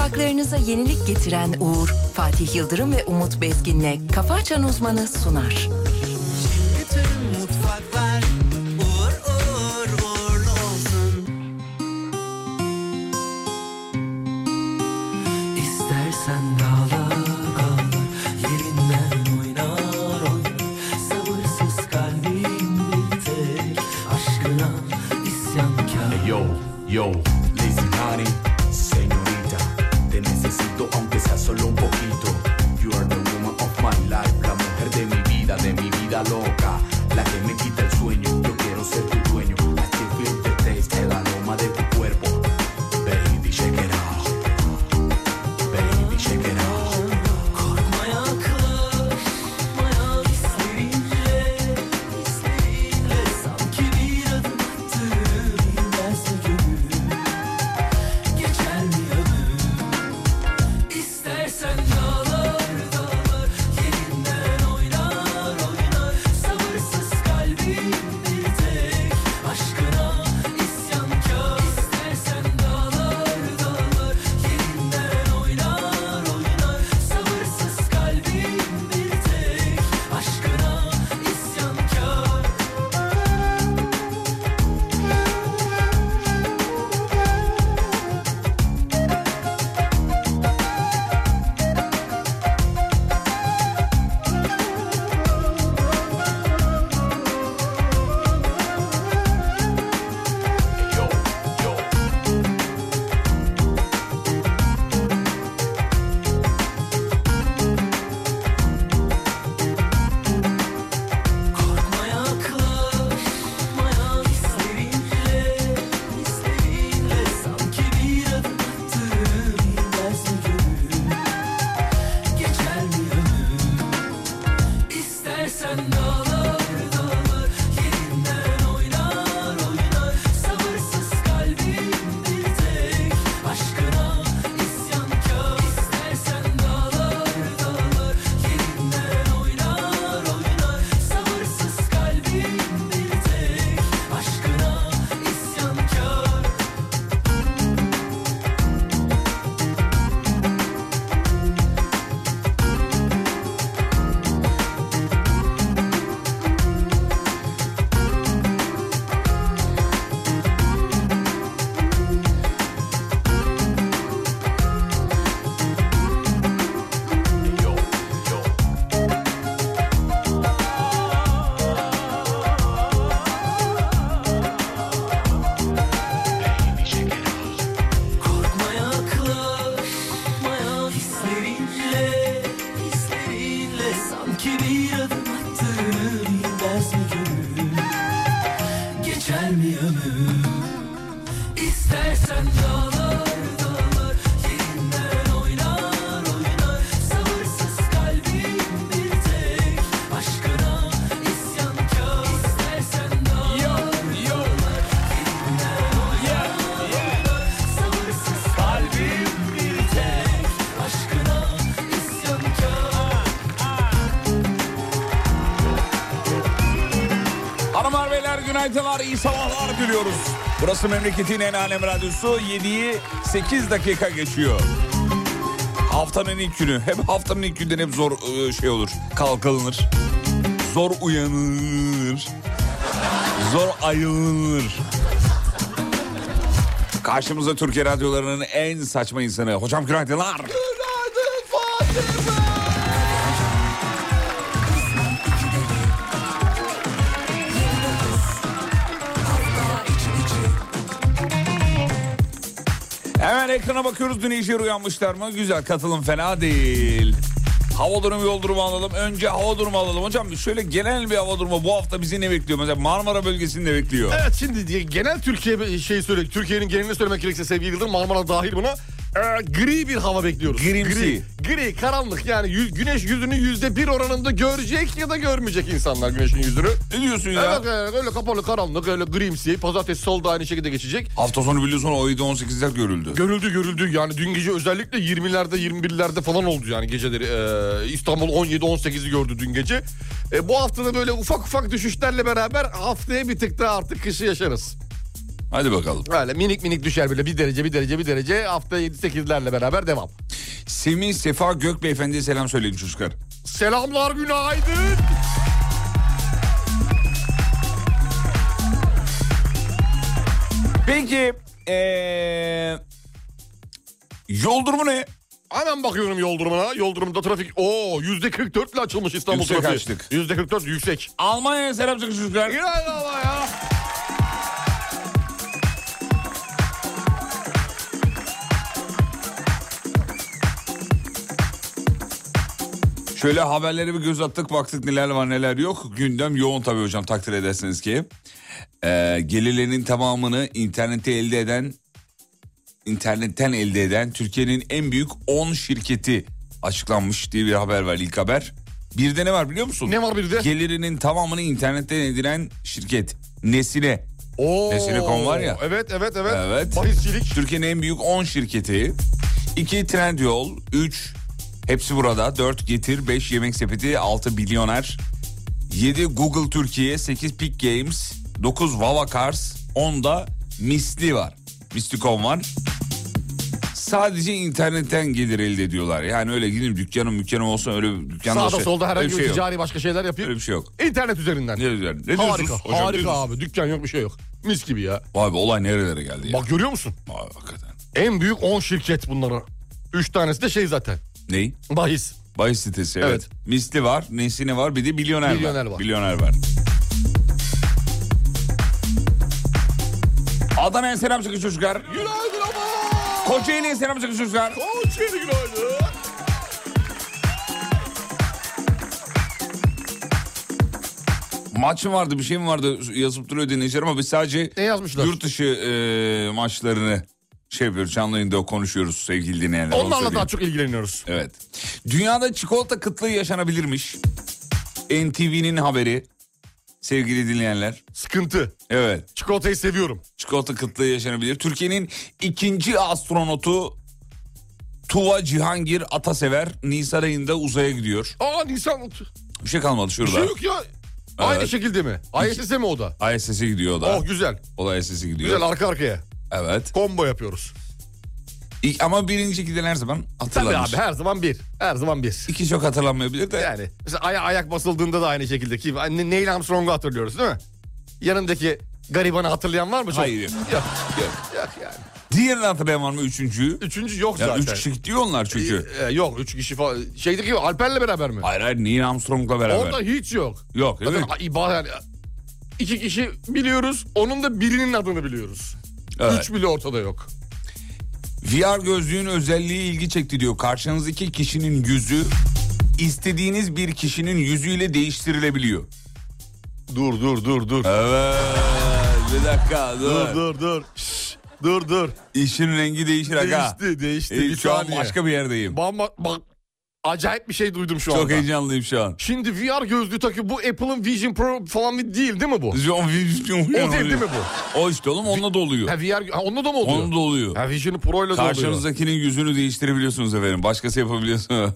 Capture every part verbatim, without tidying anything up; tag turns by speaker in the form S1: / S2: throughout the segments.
S1: Mutfaklarınıza yenilik getiren Uğur, Fatih Yıldırım ve Umut Bezgin'le Kafa Açan Uzmanı sunar.
S2: Bütün mutfaklar uğur uğur uğurlu olsun. İstersen dağlar dağlar yerinden oynar oynar. Sabırsız kalbim bir tek aşkına isyankar.
S3: Yo, yo, lazy honey, señorita, te necesito aunque sea solo un poquito. You are the woman of my life, la mujer de mi vida, de mi vida loca, la que me quita el sueño. Yo quiero ser tu dueño. I still feel the taste, el aroma de tu cuerpo. Baby, shake it out. Baby, shake it out.
S2: Korkma yaklaşma ya hislerinle, hislerinle sanki bir adım attığım inlerse gönül. Geçer mi ömür? İstersen dağlar dağlar yerinden oynar oynar. Sabırsız kalbim bir tek aşkına isyankar. İstersen dağlar dağlar yerinden oynar oynar. Sabırsız kalbim bir tek aşkına isyankar.
S3: Yo, yo.
S2: Korkma yaklaşma ya hislerinle, hislerinle sanki bir adım attığım inlerse gönül. Geçer mi ömür? İstersen dağlar dağlar yerinden oynar oynar. Sabırsız kalbim bir tek aşkına isyankar. İstersen dağlar dağlar yerinden oynar oynar. Sabırsız kalbim bir tek aşkına isyankar.
S3: Yo, yo. Baby, shake it out.
S2: Korkma yaklaşma ya hislerinle, hislerinle sanki bir adım attığım inlerse gönül. Geçer mi ömür? İstersen dağlar dağlar yerinden oynar oynar. Sabırsız kalbim bir tek aşkına isyankar. İstersen dağlar dağlar yerinden oynar oynar. Sabırsız kalbim bir tek aşkına isyankar.
S4: Hanımlar beyler günaydınlar, iyi sabahlar diliyoruz. Burası memleketin en alem radyosu, yediyi sekiz dakika geçiyor. Haftanın ilk günü, hep haftanın ilk günden hep zor e, şey olur, kalkılır. Zor uyanır. Zor ayılır. Karşımızda Türkiye radyolarının en saçma insanı. Hocam günaydınlar.
S2: Günaydın Fatih Bey.
S4: Hemen ekrana bakıyoruz, dün iyice uyanmışlar mı? Güzel, katılım fena değil. Hava durumu, yol durumu alalım. Önce hava durumu alalım. Hocam şöyle genel bir hava durumu bu hafta bizi ne bekliyor? Mesela Marmara bölgesini ne bekliyor?
S5: Evet, şimdi diye genel Türkiye şey söyle, Türkiye'nin genelini söylemek gerekirse sevgili Yıldırım, Marmara dahil buna. Ee, gri bir hava bekliyoruz.
S4: Grimsi.
S5: Gri, gri, karanlık yani y- güneş yüzünü yüzde bir oranında görecek ya da görmeyecek insanlar güneşin yüzünü.
S4: Ne diyorsun ya?
S5: Evet, evet, öyle kapalı karanlık, öyle grimsi. Pazartesi, salı da aynı şekilde geçecek.
S4: Hafta sonu biliyorsun on yedi on sekizler görüldü.
S5: Görüldü görüldü yani dün gece özellikle yirmilerde yirmi birlerde falan oldu yani geceleri. Ee, İstanbul on yedi on sekizi gördü dün gece. Ee, bu haftada böyle ufak ufak düşüşlerle beraber haftaya bir tık daha artık kışı yaşarız.
S4: Hadi bakalım.
S5: Böyle minik minik düşer böyle bir derece bir derece bir derece hafta yedi sekizlerle beraber devam.
S4: Semih Sefa Gök Beyefendi'ye selam söyleyin çocuklar.
S5: Selamlar, günaydın.
S4: Peki ee, yol durumu ne?
S5: Hemen bakıyorum yol durumuna. Yol durumunda trafik o yüzde kırk dört ile açılmış İstanbul
S4: Yüksek
S5: trafiği.
S4: açtık.
S5: yüzde kırk dört yüksek.
S4: Almanya'ya selam söyleyin çocuklar.
S5: Günaydın ama ya.
S4: Şöyle haberlere bir göz attık, baktık neler var neler yok. Gündem yoğun tabii hocam, takdir edersiniz ki. Ee, gelirlerinin tamamını internette elde eden, internetten elde eden Türkiye'nin en büyük on şirketi açıklanmış diye bir haber var, ilk haber. Bir de ne var biliyor musun?
S5: Ne var bir de?
S4: Gelirinin tamamını internetten edilen şirket Nesile.
S5: Oo.
S4: Nesile nokta com var ya.
S5: Evet evet evet.
S4: Evet.
S5: Bahisçilik.
S4: Türkiye'nin en büyük on şirketi. iki Trendyol, üç Hepsi Burada, dört Getir, beş Yemek Sepeti, altı Milyoner, yedi Google Türkiye, sekiz Peak Games, dokuz Vava Cars, on da Misli var. Misli nokta com var. Sadece internetten gelir elde ediyorlar. Yani öyle gidip dükkanım mükkanım olsa öyle bir dükkanım
S5: Sağda
S4: olsa.
S5: solda herhangi
S4: öyle
S5: bir
S4: şey yok.
S5: ticari başka şeyler yapıyor.
S4: Öyle bir şey yok.
S5: İnternet üzerinden.
S4: Ne, ne, ne
S5: harika
S4: diyorsunuz hocam,
S5: harika
S4: diyorsunuz?
S5: abi, dükkan yok bir şey yok. Mis gibi ya.
S4: Vay be, olay nerelere geldi ya.
S5: Bak görüyor musun?
S4: Vay, hakikaten.
S5: En büyük on şirket bunları. üç tanesi de şey zaten.
S4: Ney?
S5: Bahis.
S4: Bahis sitesi, evet.
S5: Evet.
S4: Misli var, Nesine var, bir de Milyoner,
S5: Milyoner
S4: var.
S5: var.
S4: Milyoner var. Adana'ya selam çakın çocuklar.
S5: Günaydın ama.
S4: Kocaeli'ye selam çakın çocuklar.
S5: Koçeri günaydın.
S4: Maç mı vardı, bir şey mi vardı yazıp duruyor dinleyiciler, ama biz sadece
S5: Ne yazmışlar?
S4: yurt dışı e, maçlarını şey yapıyoruz, canlı yayında konuşuyoruz sevgili dinleyenler. Onu
S5: Onlarla
S4: söyleyeyim.
S5: daha çok ilgileniyoruz.
S4: Evet. Dünyada çikolata kıtlığı yaşanabilirmiş. N T V'nin haberi sevgili dinleyenler.
S5: Sıkıntı.
S4: Evet.
S5: Çikolatayı seviyorum.
S4: Çikolata kıtlığı yaşanabilir. Türkiye'nin ikinci astronotu Tuva Cihangir Atasever Nisan ayında uzaya gidiyor.
S5: Aa Nisan.
S4: Bir şey kalmadı
S5: Bir
S4: şurada.
S5: şey yok ya. Aynı
S4: Evet.
S5: şekilde mi? I S S mi o da?
S4: I S S'e gidiyor o da.
S5: Oh güzel.
S4: O da I S S'e gidiyor.
S5: Güzel arka arkaya.
S4: Evet.
S5: Combo yapıyoruz.
S4: İlk, ama birinci giden her zaman
S5: Tabii
S4: hatırlanır.
S5: abi her zaman bir. Her zaman bir.
S4: İki çok hatırlanmayabilir de.
S5: Yani mesela aya ayak basıldığında da aynı şekilde ki ne- Neil Armstrong'u hatırlıyoruz değil mi? Yanındaki garibanı hatırlayan var mı? Çok?
S4: Hayır.
S5: Yok.
S4: Yok.
S5: Yok yani.
S4: Diğerini hatırlayan var mı, üçüncüyü?
S5: Üçüncü yok
S4: Ya
S5: zaten.
S4: üç kişi gidiyor onlar çünkü.
S5: Ee, yok üç kişi falan. Şeydeki yok Alper'le beraber mi?
S4: Hayır hayır, Neil Armstrong'la beraber.
S5: Orada hiç yok.
S4: Yok değil mi?
S5: Zaten iba- yani iki kişi biliyoruz. Onun da birinin adını biliyoruz.
S4: Evet.
S5: Üç bile ortada yok.
S4: V R gözlüğün özelliği ilgi çekti diyor. Karşınızdaki kişinin yüzü istediğiniz bir kişinin yüzüyle değiştirilebiliyor.
S5: Dur dur dur dur.
S4: Evet. Bir dakika dur.
S5: Dur dur dur. Şşş, dur dur.
S4: İşin rengi değişir aga.
S5: Değişti değişti.
S4: Ee,
S5: bir
S4: şu an
S5: saniye.
S4: başka bir yerdeyim.
S5: Bamba, bak acayip bir şey duydum şu
S4: Çok
S5: anda.
S4: heyecanlıyım şu an.
S5: Şimdi V R gözlüğü takıyor. Bu Apple'ın Vision Pro falan değil değil mi bu? O
S4: John
S5: değil değil mi bu?
S4: O işte oğlum, onunla da oluyor.
S5: Ha, V R ha, onunla da mı oluyor?
S4: Onunla da oluyor.
S5: Ha, Vision Pro ile de oluyor.
S4: Karşınızdakinin yüzünü değiştirebiliyorsunuz efendim. Başkası yapabiliyorsunuz.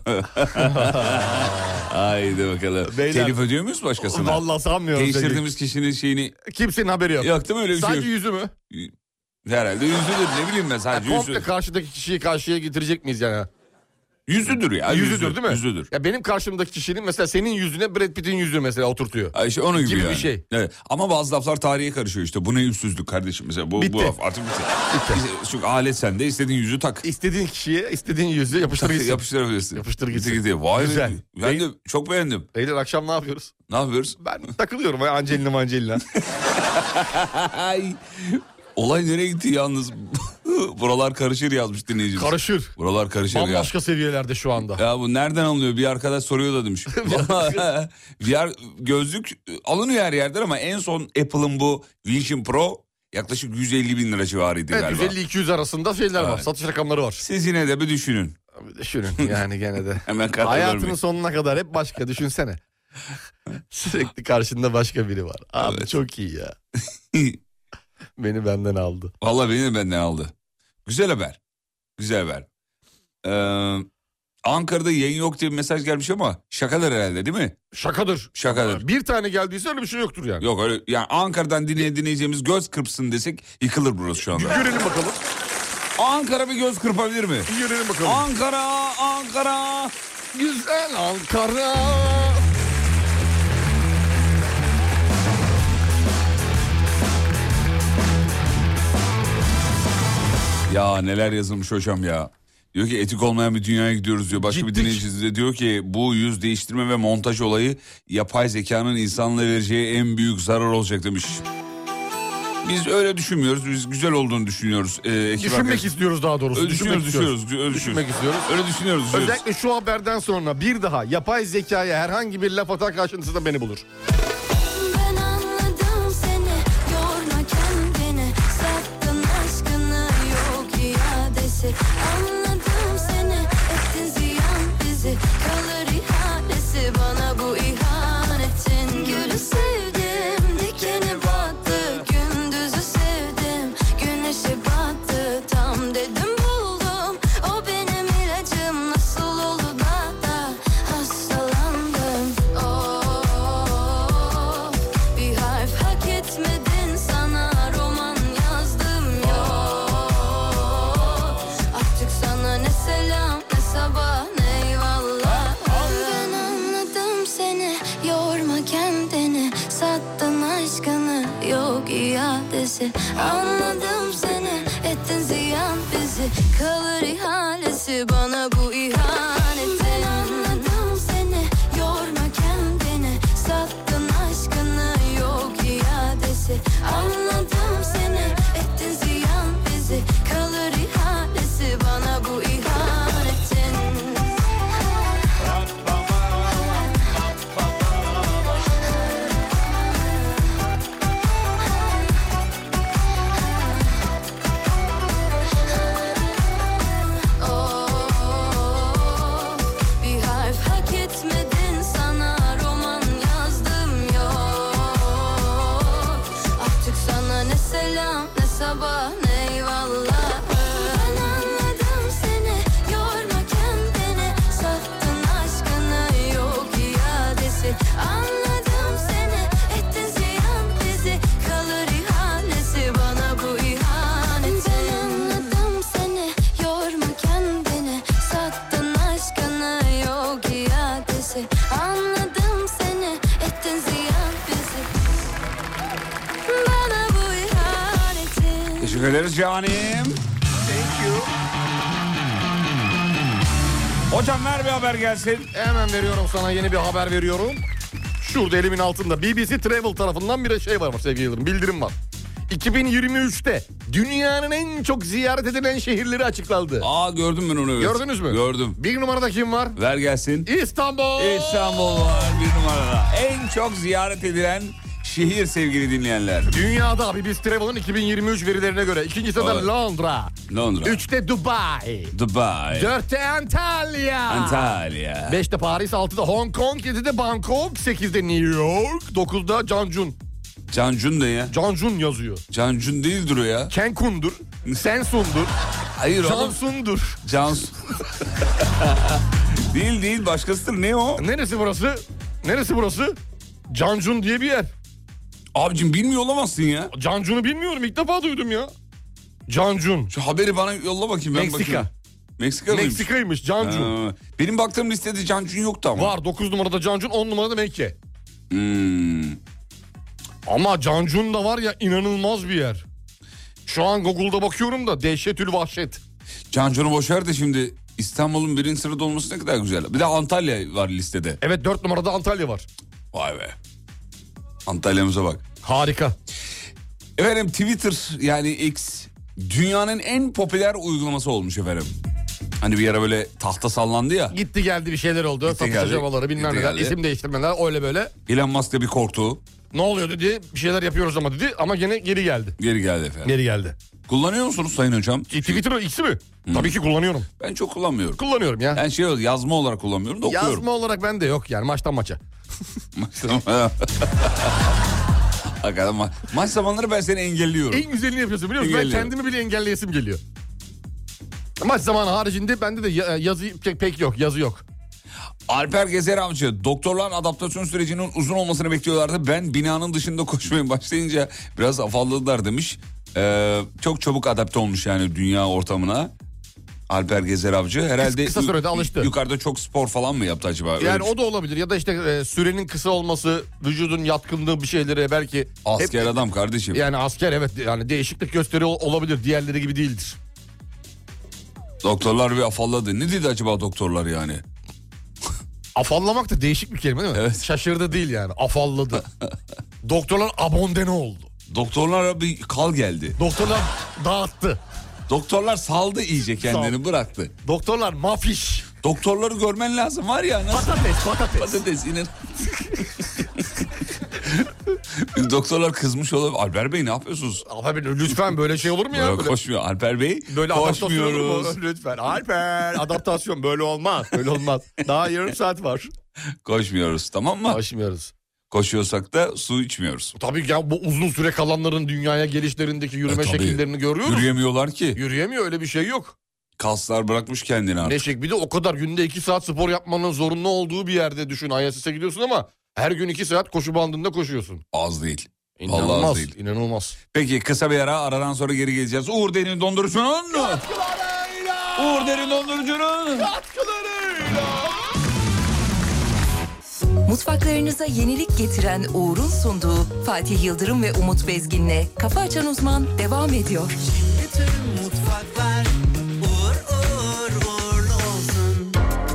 S4: Haydi bakalım.
S5: Beyler-
S4: Telif ödüyor muyuz başkasına?
S5: Vallahi sanmıyorum.
S4: Değiştirdiğimiz kişinin şeyini...
S5: Kimsenin haberi yok.
S4: Yok değil mi, öyle bir
S5: Sadece
S4: şey yok.
S5: yüzü mü?
S4: Herhalde yüzüdür, ne bileyim ben,
S5: Ha,
S4: sadece
S5: komple
S4: yüzü.
S5: karşıdaki kişiyi karşıya getirecek miyiz yani?
S4: Yüzüdür ya.
S5: Yüzüdür
S4: yüzü,
S5: değil mi?
S4: Yüzüdür.
S5: Ya benim karşımdaki kişinin mesela senin yüzüne Brad Pitt'in yüzünü mesela oturtuyor.
S4: Ha işte onun gibi,
S5: Gibi bir
S4: yani.
S5: şey.
S4: Evet. Ama bazı laflar tarihe karışıyor işte. Bu ne yüzsüzlük kardeşim mesela. Bu,
S5: Bitti.
S4: bu laf artık bitti. bitti. Çünkü alet sende, istediğin yüzü tak.
S5: İstediğin kişiye istediğin yüzü yapıştır gitsin.
S4: Yapıştırabilirsin.
S5: Yapıştır gitsin.
S4: Gitti gitti. Vay
S5: Güzel.
S4: be. Ben de çok beğendim.
S5: Beyler akşam ne yapıyoruz?
S4: Ne yapıyoruz?
S5: Ben takılıyorum ya Angelina Angelina.
S4: Ay. Olay nereye gitti yalnız? Buralar karışır yazmış dinleyicimiz.
S5: Karışır.
S4: Buralar karışır ya.
S5: Bambaşka seviyelerde şu anda.
S4: Ya bu nereden alınıyor? Bir arkadaş soruyor da demiş. V R gözlük alınıyor her yerden ama en son Apple'ın bu Vision Pro yaklaşık yüz elli bin lira civarıydı
S5: Evet
S4: galiba.
S5: yüz elli iki yüz arasında şeyler var.
S4: Evet.
S5: Satış rakamları var.
S4: Siz yine de bir düşünün.
S5: Düşünün yani gene de.
S4: Hemen karar
S5: Hayatının
S4: vermeyin.
S5: sonuna kadar hep başka düşünsene. Sürekli karşında başka biri var. Abi
S4: Evet.
S5: çok iyi ya. Beni benden aldı.
S4: Vallahi beni de benden aldı. Güzel haber. Güzel haber. Ee, Ankara'da yayın yok diye bir mesaj gelmiş ama şakadır herhalde değil mi?
S5: Şakadır.
S4: Şakadır.
S5: Bir tane geldiyse öyle bir şey yoktur yani.
S4: Yok öyle yani Ankara'dan dinleyen dinleyeceğimiz göz kırpsın desek yıkılır burası şu anda.
S5: Bir görelim bakalım.
S4: Ankara bir göz kırpabilir mi?
S5: Bir görelim bakalım.
S4: Ankara, Ankara.
S5: Güzel Ankara.
S4: Ya neler yazılmış hocam ya. Diyor ki etik olmayan bir dünyaya gidiyoruz diyor. Başka
S5: Gittik.
S4: bir dinleyicisi de diyor ki bu yüz değiştirme ve montaj olayı yapay zekanın insanlara vereceği en büyük zarar olacak demiş. Biz öyle düşünmüyoruz. Biz güzel olduğunu düşünüyoruz. Ee,
S5: Düşünmek
S4: arkadaş...
S5: istiyoruz daha doğrusu.
S4: Öyle
S5: Düşünmek
S4: düşünüyoruz,
S5: istiyoruz.
S4: düşünüyoruz. Öyle
S5: Düşünmek istiyoruz.
S4: Öyle düşünüyoruz, düşünüyoruz.
S5: Özellikle şu haberden sonra bir daha yapay zekaya herhangi bir laf atar karşınızda beni bulur.
S6: Ben anladım seni, yorma kendini, sattın aşkını, yok iadesi. Anladım seni, ettin ziyan bizi, kalır ihalesi bana bu ihanetin. Gülü sevdim, dikeni battı, gündüzü sevdim, güneşe battı. Tam dedim buldum, o benim ilacım, nasıl oldu da da hastalandım. Oh, bir harf hak etmedin, sana roman yazdım yok. Artık sana ne selam ne sabah ne eyvallah. Ben anladım seni, yorma kendini, sattın aşkını, yok iadesi. Anladım seni, ettin ziyan bizi, kalır ihalesi bana bu ihanetin. Ben anladım seni, yorma kendini, sattın aşkını, yok iadesi. Anladım seni, ettin ziyan bizi, kalır ihalesi bana bu ihanetin. Oh, bir harf hak etmedin, sana roman yazdım yok. Artık sana ne selam ne sabah ne eyvallah. Ben anladım seni, yorma kendini, sattın aşkını, yok iadesi. Anladım seni, ettin ziyan bizi, kalır ihalesi bana bu ihanetin. Ben anladım seni, yorma kendini, sattın aşkını, yok iadesi. Anladım seni, ettin ziyan bizi, bana bu ihanetin.
S4: Teşekkür ederiz canim.
S5: Thank you.
S4: Hocam ver bir haber gelsin.
S5: Hemen veriyorum sana, yeni bir haber veriyorum. Şurada elimin altında B B C Travel tarafından bir şey var sevgili Yıldırım. Bildirim var. iki bin yirmi üçte dünyanın en çok ziyaret edilen şehirleri açıklandı.
S4: Aa gördüm ben onu. Evet.
S5: Gördünüz mü?
S4: Gördüm.
S5: Bir numarada kim var?
S4: Ver gelsin.
S5: İstanbul.
S4: İstanbul var bir numarada. En çok ziyaret edilen şehir sevgili dinleyenler.
S5: Dünyada B B C Travel'ın iki bin yirmi üç verilerine göre. İkinci sırada
S4: Evet.
S5: Londra.
S4: Londra.
S5: Üçte Dubai.
S4: Dubai.
S5: Dörtte Antalya.
S4: Antalya.
S5: Beşte Paris, altıda Hong Kong, yedide Bangkok, sekizde New York, dokuzda Cancun.
S4: Cancun ne ya?
S5: Cancun yazıyor.
S4: Cancun değildir o ya.
S5: Cancun'dur. Sensun'dur.
S4: Hayır oğlum.
S5: Cansun'dur.
S4: Cansun. Değil değil başkasıdır. Ne o?
S5: Neresi burası? Neresi burası? Cancun diye bir yer.
S4: Abicim bilmiyor olamazsın ya.
S5: Cancun'u bilmiyorum, ilk defa duydum ya. Cancun.
S4: Şu haberi bana yolla bakayım. Ben
S5: Meksika.
S4: bakayım. Meksika mıymış?
S5: Meksika'ymış Cancun.
S4: Ha, benim baktığım listede Cancun yoktu ama.
S5: Var, dokuz numarada Cancun, on numarada Mekke.
S4: Hmm.
S5: Ama Cancun da var ya, inanılmaz bir yer. Şu an Google'da bakıyorum da dehşetül vahşet.
S4: Cancun'u boşver de şimdi İstanbul'un birinci sırada olması ne kadar güzel. Bir de Antalya var listede.
S5: Evet, dört numarada Antalya var.
S4: Vay be. Antalya'mıza bak.
S5: Harika.
S4: Efendim Twitter yani X dünyanın en popüler uygulaması olmuş efendim. Hani bir ara böyle tahta sallandı ya.
S5: Gitti geldi bir şeyler oldu.
S4: Gitti
S5: Satış
S4: geldi.
S5: aşamaları bilmem
S4: Gitti
S5: neler.
S4: geldi.
S5: İsim değiştirmeler öyle böyle.
S4: Elon Musk da bir korktu.
S5: Ne oluyor dedi. Bir şeyler yapıyoruz ama dedi. Ama gene geri geldi.
S4: Geri geldi efendim.
S5: Geri geldi.
S4: Kullanıyor musunuz Sayın Hocam?
S5: E, Twitter'ın X'i mi? Tabii ki kullanıyorum.
S4: Ben çok kullanmıyorum.
S5: Kullanıyorum ya.
S4: Ben şey oldu, yazma olarak kullanmıyorum da okuyorum.
S5: Yazma olarak bende yok yani, maçtan maça.
S4: Hakikaten ma- maç zamanları ben seni engelliyorum.
S5: En güzelini yapıyorsun biliyor musun? Ben
S4: Engelliyorum.
S5: kendimi bile engelleyesim geliyor. Maç zamanı haricinde bende de yazı pek, pek yok, yazı yok.
S4: Alper Gezer Avcı, doktorlar adaptasyon sürecinin uzun olmasını bekliyorlardı. Ben binanın dışında koşmaya başlayınca biraz afalladılar demiş. Ee, çok çabuk adapte olmuş yani dünya ortamına. Alper Gezer Avcı herhalde
S5: kısa sürede alıştı.
S4: Yukarıda çok spor falan mı yaptı acaba?
S5: Yani
S4: Öyle
S5: o da olabilir ya da işte e, sürenin kısa olması, vücudun yatkınlığı bir şeylere belki.
S4: Asker
S5: hep,
S4: adam kardeşim.
S5: Yani asker evet yani değişiklik gösteriyor olabilir, diğerleri gibi değildir.
S4: Doktorlar bir afalladı. Ne dedi acaba doktorlar yani?
S5: Afallamak da değişik bir kelime değil mi?
S4: Evet.
S5: Şaşırdı değil yani, afalladı. Doktorlar abondene oldu.
S4: Doktorlara bir kal geldi.
S5: Doktorlar dağıttı.
S4: Doktorlar saldı iyice kendini,
S5: Sal.
S4: bıraktı.
S5: Doktorlar mafiş.
S4: Doktorları görmen lazım var ya. Nasıl?
S5: Patates patates.
S4: Patates inan. Doktorlar kızmış olabilir. Alper Bey ne yapıyorsunuz?
S5: Abi lütfen böyle şey olur mu ya?
S4: Böyle
S5: Böyle,
S4: koşmuyor Alper Bey.
S5: böyle adaptasyon olur
S4: Koşmuyoruz.
S5: mu? Lütfen. Alper adaptasyon böyle olmaz. Böyle olmaz. Daha yarım saat var.
S4: Koşmuyoruz, tamam mı?
S5: Koşmuyoruz.
S4: Koşuyorsak da su içmiyoruz.
S5: Tabii ya, bu uzun süre kalanların dünyaya gelişlerindeki yürüme
S4: E, tabii.
S5: şekillerini görüyoruz.
S4: Yürüyemiyorlar ki.
S5: Yürüyemiyor, öyle bir şey yok.
S4: Kaslar bırakmış kendini artık.
S5: Neşek, bir de o kadar günde iki saat spor yapmanın zorunlu olduğu bir yerde düşün. I S S'e gidiyorsun ama her gün iki saat koşu bandında koşuyorsun.
S4: Az değil. Vallahi az
S5: İnanılmaz,
S4: değil.
S5: inanılmaz.
S4: Peki kısa bir ara, aradan sonra geri geleceğiz. Uğur Derin Dondurucu'nun... Uğur Derin Dondurucu'nun...
S1: Mutfaklarınıza yenilik getiren Uğur'un sunduğu Fatih Yıldırım ve Umut Bezgin'le Kafa Açan Uzman devam ediyor.
S2: Bütün mutfaklar uğur uğur uğurlu olsun.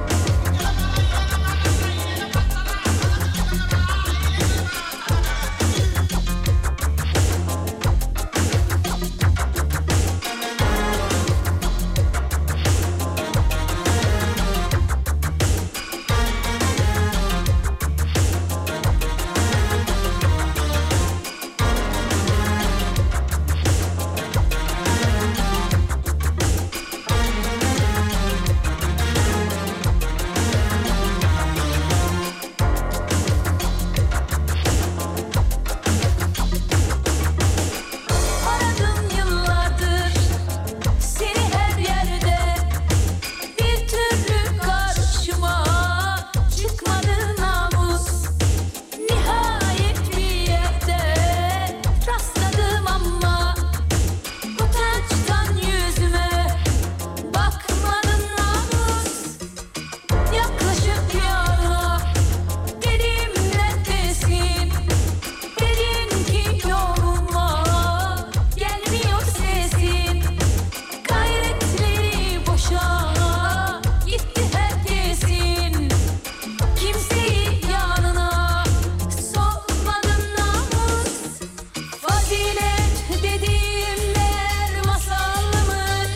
S6: Aradım yıllardır seni her yerde, bir türlü karşıma çıkmadı namus. Nihayet bir yerde rastladım ama utançtan yüzüme bakmadın namus. Yaklaşıp yanına dedim neredesin? Dedin ki yoluma gelmiyor sesin. Gayretleri boşa gitti herkesin. Kimseyi yanına sokmadın namus. Fazilet dediğimler masalmış.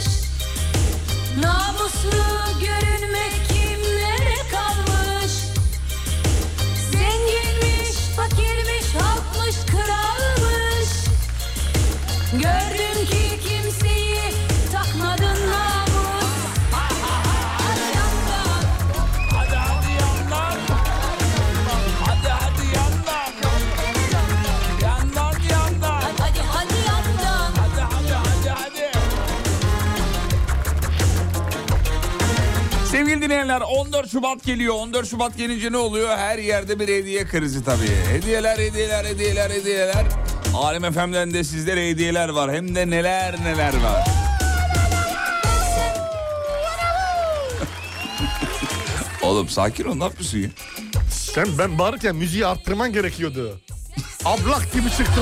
S6: Namuslu görünmek kimlere kalmış? Zenginmiş, fakirmiş, halkmış, kralmış. Gördüm ki kimseyi takmadın namus. Hadi yandan,
S4: Hadi hadi yandan. Hadi hadi yandan. Yandan yandan.
S6: hadi hadi yandan.
S4: Hadi hadi hadi hadi. Sevgili dinleyenler, on dört Şubat geliyor. on dört Şubat gelince ne oluyor? Her yerde bir hediye krizi tabii. Hediyeler, hediyeler, hediyeler, hediyeler. Alem F M'den de sizlere hediyeler var. Hem de neler neler var. Oğlum sakin ol, ne yapıyorsun ya?
S5: Sen ben bağırırken müziği arttırman gerekiyordu. Ablak gibi çıktım.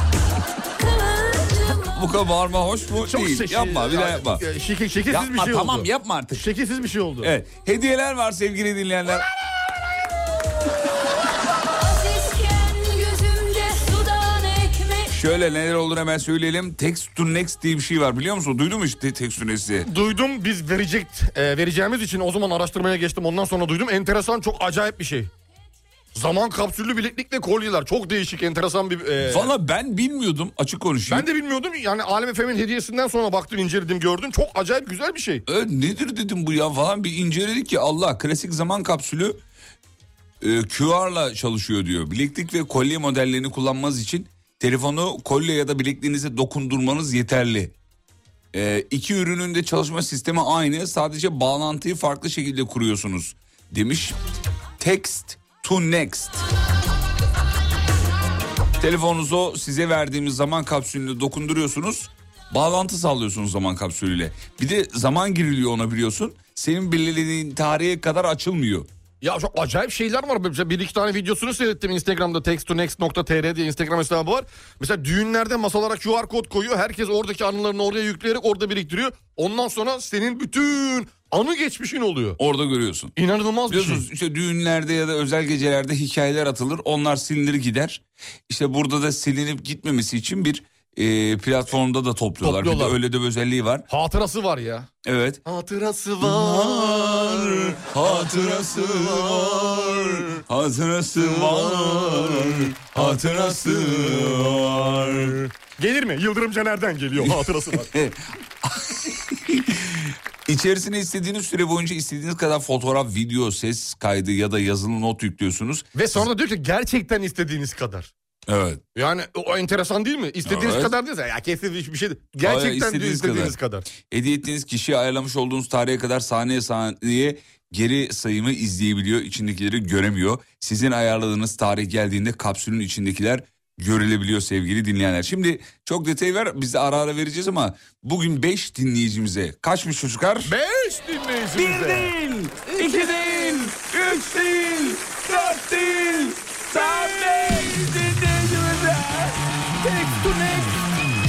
S4: Bu kadar bağırma hoş mu? Değil.
S5: şekil-
S4: Yapma, bir daha yapma.
S5: Ya, Şekil, şekilsiz
S4: Yapma,
S5: bir şey
S4: tamam
S5: oldu.
S4: yapma artık.
S5: Şekilsiz bir şey oldu.
S4: Evet, hediyeler var sevgili dinleyenler.
S6: Azizken gözümde sudan ekmek.
S4: Şöyle neler olur hemen söyleyelim. Text to Next diye bir şey var, biliyor musun? Duydun mu işte Text to Next'i?
S5: Duydum, biz verecek e, vereceğimiz için o zaman araştırmaya geçtim. Ondan sonra duydum. Enteresan, çok acayip bir şey. Zaman kapsüllü bileklik ve kolyeler. Çok değişik, enteresan bir... E,
S4: Valla ben bilmiyordum, açık konuşayım.
S5: ben de bilmiyordum. Yani Alem F M'in hediyesinden sonra baktım, inceledim, gördüm. Çok acayip güzel bir şey.
S4: Evet, nedir dedim bu ya falan, bir inceledik ki Allah, klasik zaman kapsülü e, Q R'la çalışıyor diyor. Bileklik ve kolye modellerini kullanmanız için telefonu kolye ya da bilekliğinize dokundurmanız yeterli. Ee, iki ürünün de çalışma sistemi aynı. Sadece bağlantıyı farklı şekilde kuruyorsunuz demiş. Text to next. Telefonunuzu size verdiğimiz zaman kapsülüne dokunduruyorsunuz. Bağlantı sağlıyorsunuz zaman kapsülüyle. Bir de zaman giriliyor ona, biliyorsun. Senin belirlediğin tarihe kadar açılmıyor.
S5: Ya çok acayip şeyler var. Mesela bir iki tane videosunu seyrettim Instagram'da, text to next nokta t r diye Instagram hesabı var. Mesela düğünlerde masalara Q R kod koyuyor. Herkes oradaki anılarını oraya yükleyerek orada biriktiriyor. Ondan sonra senin bütün anı geçmişin oluyor.
S4: Orada görüyorsun.
S5: İnanılmaz bir şey.
S4: Biliyorsunuz işte düğünlerde ya da özel gecelerde hikayeler atılır. Onlar silinir gider. İşte burada da silinip gitmemesi için bir e, platformda da topluyorlar.
S5: Topluyorlar.
S4: Bir de öyle de bir özelliği var.
S5: Hatırası var ya.
S4: Evet.
S5: Hatırası var.
S4: Hatırası var. Hatırası var. Hatırası var.
S5: Gelir mi? Yıldırım Caner'den geliyor. Hatırası var.
S4: İçerisine istediğiniz süre boyunca istediğiniz kadar fotoğraf, video, ses kaydı ya da yazılı not yüklüyorsunuz.
S5: Ve sonra da diyor ki gerçekten istediğiniz kadar.
S4: Evet.
S5: Yani o enteresan değil mi? İstediğiniz
S4: Evet.
S5: kadar değil. Ya kesin bir şey değil. Gerçekten
S4: Hayır,
S5: diyor
S4: istediğiniz
S5: istediğiniz kadar.
S4: Hediye ettiğiniz kişiye ayarlamış olduğunuz tarihe kadar saniye saniye geri sayımı izleyebiliyor. İçindekileri göremiyor. Sizin ayarladığınız tarih geldiğinde kapsülün içindekiler görülebiliyor sevgili dinleyenler. Şimdi çok detay var, biz de ara ara vereceğiz ama bugün beş dinleyicimize kaçmış çocuklar?
S5: Beş dinleyicimize.
S4: Bir değil, iki değil, üç değil, dört değil, tam beş dinleyicimize. Text to next.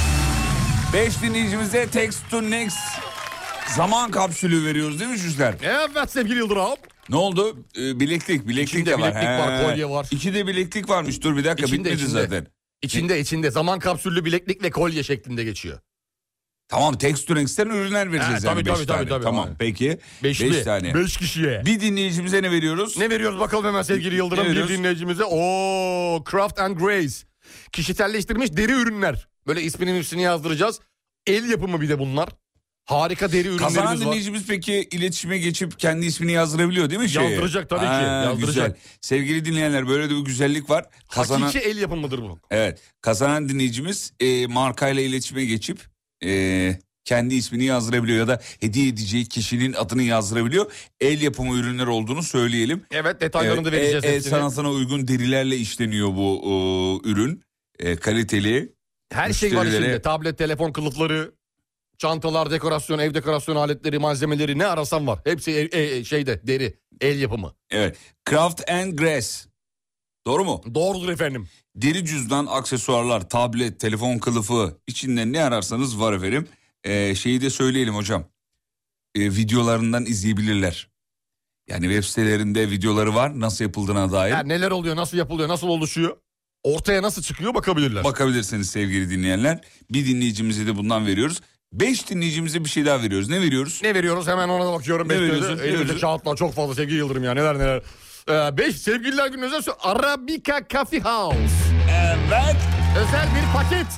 S4: Beş dinleyicimize text to next zaman kapsülü veriyoruz değil mi çocuklar?
S5: Evet sevgili Yıldırım.
S4: Ne oldu? Ee, bileklik, bileklik
S5: İçinde
S4: de var.
S5: bileklik var,
S4: He.
S5: kolye var.
S4: İki de bileklik varmış. Dur bir dakika,
S5: İçinde,
S4: bitmedi
S5: içinde.
S4: zaten.
S5: İçinde içinde zaman kapsüllü bileklik ve kolye şeklinde geçiyor.
S4: Tamam, text to next'ten ürünler vereceğiz
S5: He,
S4: yani.
S5: tabii,
S4: beş
S5: tabii,
S4: tane.
S5: tabii, tabii.
S4: Tamam
S5: Aynen.
S4: peki.
S5: Beşli.
S4: Beş tane.
S5: Beş kişiye.
S4: Bir dinleyicimize ne veriyoruz?
S5: Ne veriyoruz bakalım hemen sevgili Yıldırım.
S4: Ne
S5: Bir
S4: veriyoruz?
S5: dinleyicimize. Oo, Craft and Grace. Kişiselleştirilmiş deri ürünler. Böyle isminin üstüne yazdıracağız. El yapımı bir de bunlar. Harika deri ürünlerimiz
S4: Kazanan
S5: var.
S4: dinleyicimiz peki iletişime geçip kendi ismini yazdırabiliyor değil mi? Şeye?
S5: Yazdıracak tabii ki,
S4: Ha,
S5: yazdıracak.
S4: Güzel. Sevgili dinleyenler, böyle de bir güzellik var. Kazanan,
S5: Hakiki el yapımıdır bu.
S4: evet, kazanan dinleyicimiz e, markayla iletişime geçip e, kendi ismini yazdırabiliyor ya da hediye edeceği kişinin adını yazdırabiliyor. El yapımı ürünler olduğunu söyleyelim.
S5: Evet, detaylarını da
S4: Evet,
S5: vereceğiz
S4: el, el
S5: hepsini.
S4: sanatına uygun derilerle işleniyor bu o, ürün. E, kaliteli.
S5: Her şey var
S4: müşterilere-
S5: içinde. Tablet, telefon kılıfları, çantalar, dekorasyon, ev dekorasyon aletleri, malzemeleri ne arasan var. Hepsi e, e, şeyde deri, el yapımı.
S4: Evet. Craft and Grace. Doğru mu?
S5: Doğrudur efendim.
S4: Deri cüzdan, aksesuarlar, tablet, telefon kılıfı, içinde ne ararsanız var efendim. Ee, şeyi de söyleyelim hocam. Ee, videolarından izleyebilirler. Yani web sitelerinde videoları var, nasıl yapıldığına dair.
S5: Yani neler oluyor, nasıl yapılıyor, nasıl oluşuyor, ortaya nasıl çıkıyor bakabilirler.
S4: Bakabilirsiniz sevgili dinleyenler. Bir dinleyicimize de bundan veriyoruz. Beş dinleyicimize bir şey daha veriyoruz. Ne veriyoruz?
S5: Ne veriyoruz hemen ona da bakıyorum.
S4: Ne
S5: Bekliyoruz.
S4: veriyorsun? Ne
S5: Elimizde
S4: veriyorsun?
S5: kağıtlar çok fazla sevgili Yıldırım ya neler neler. Ee, beş sevgililer günü özel sö- Arabica Coffee House.
S4: Evet.
S5: Özel bir paket.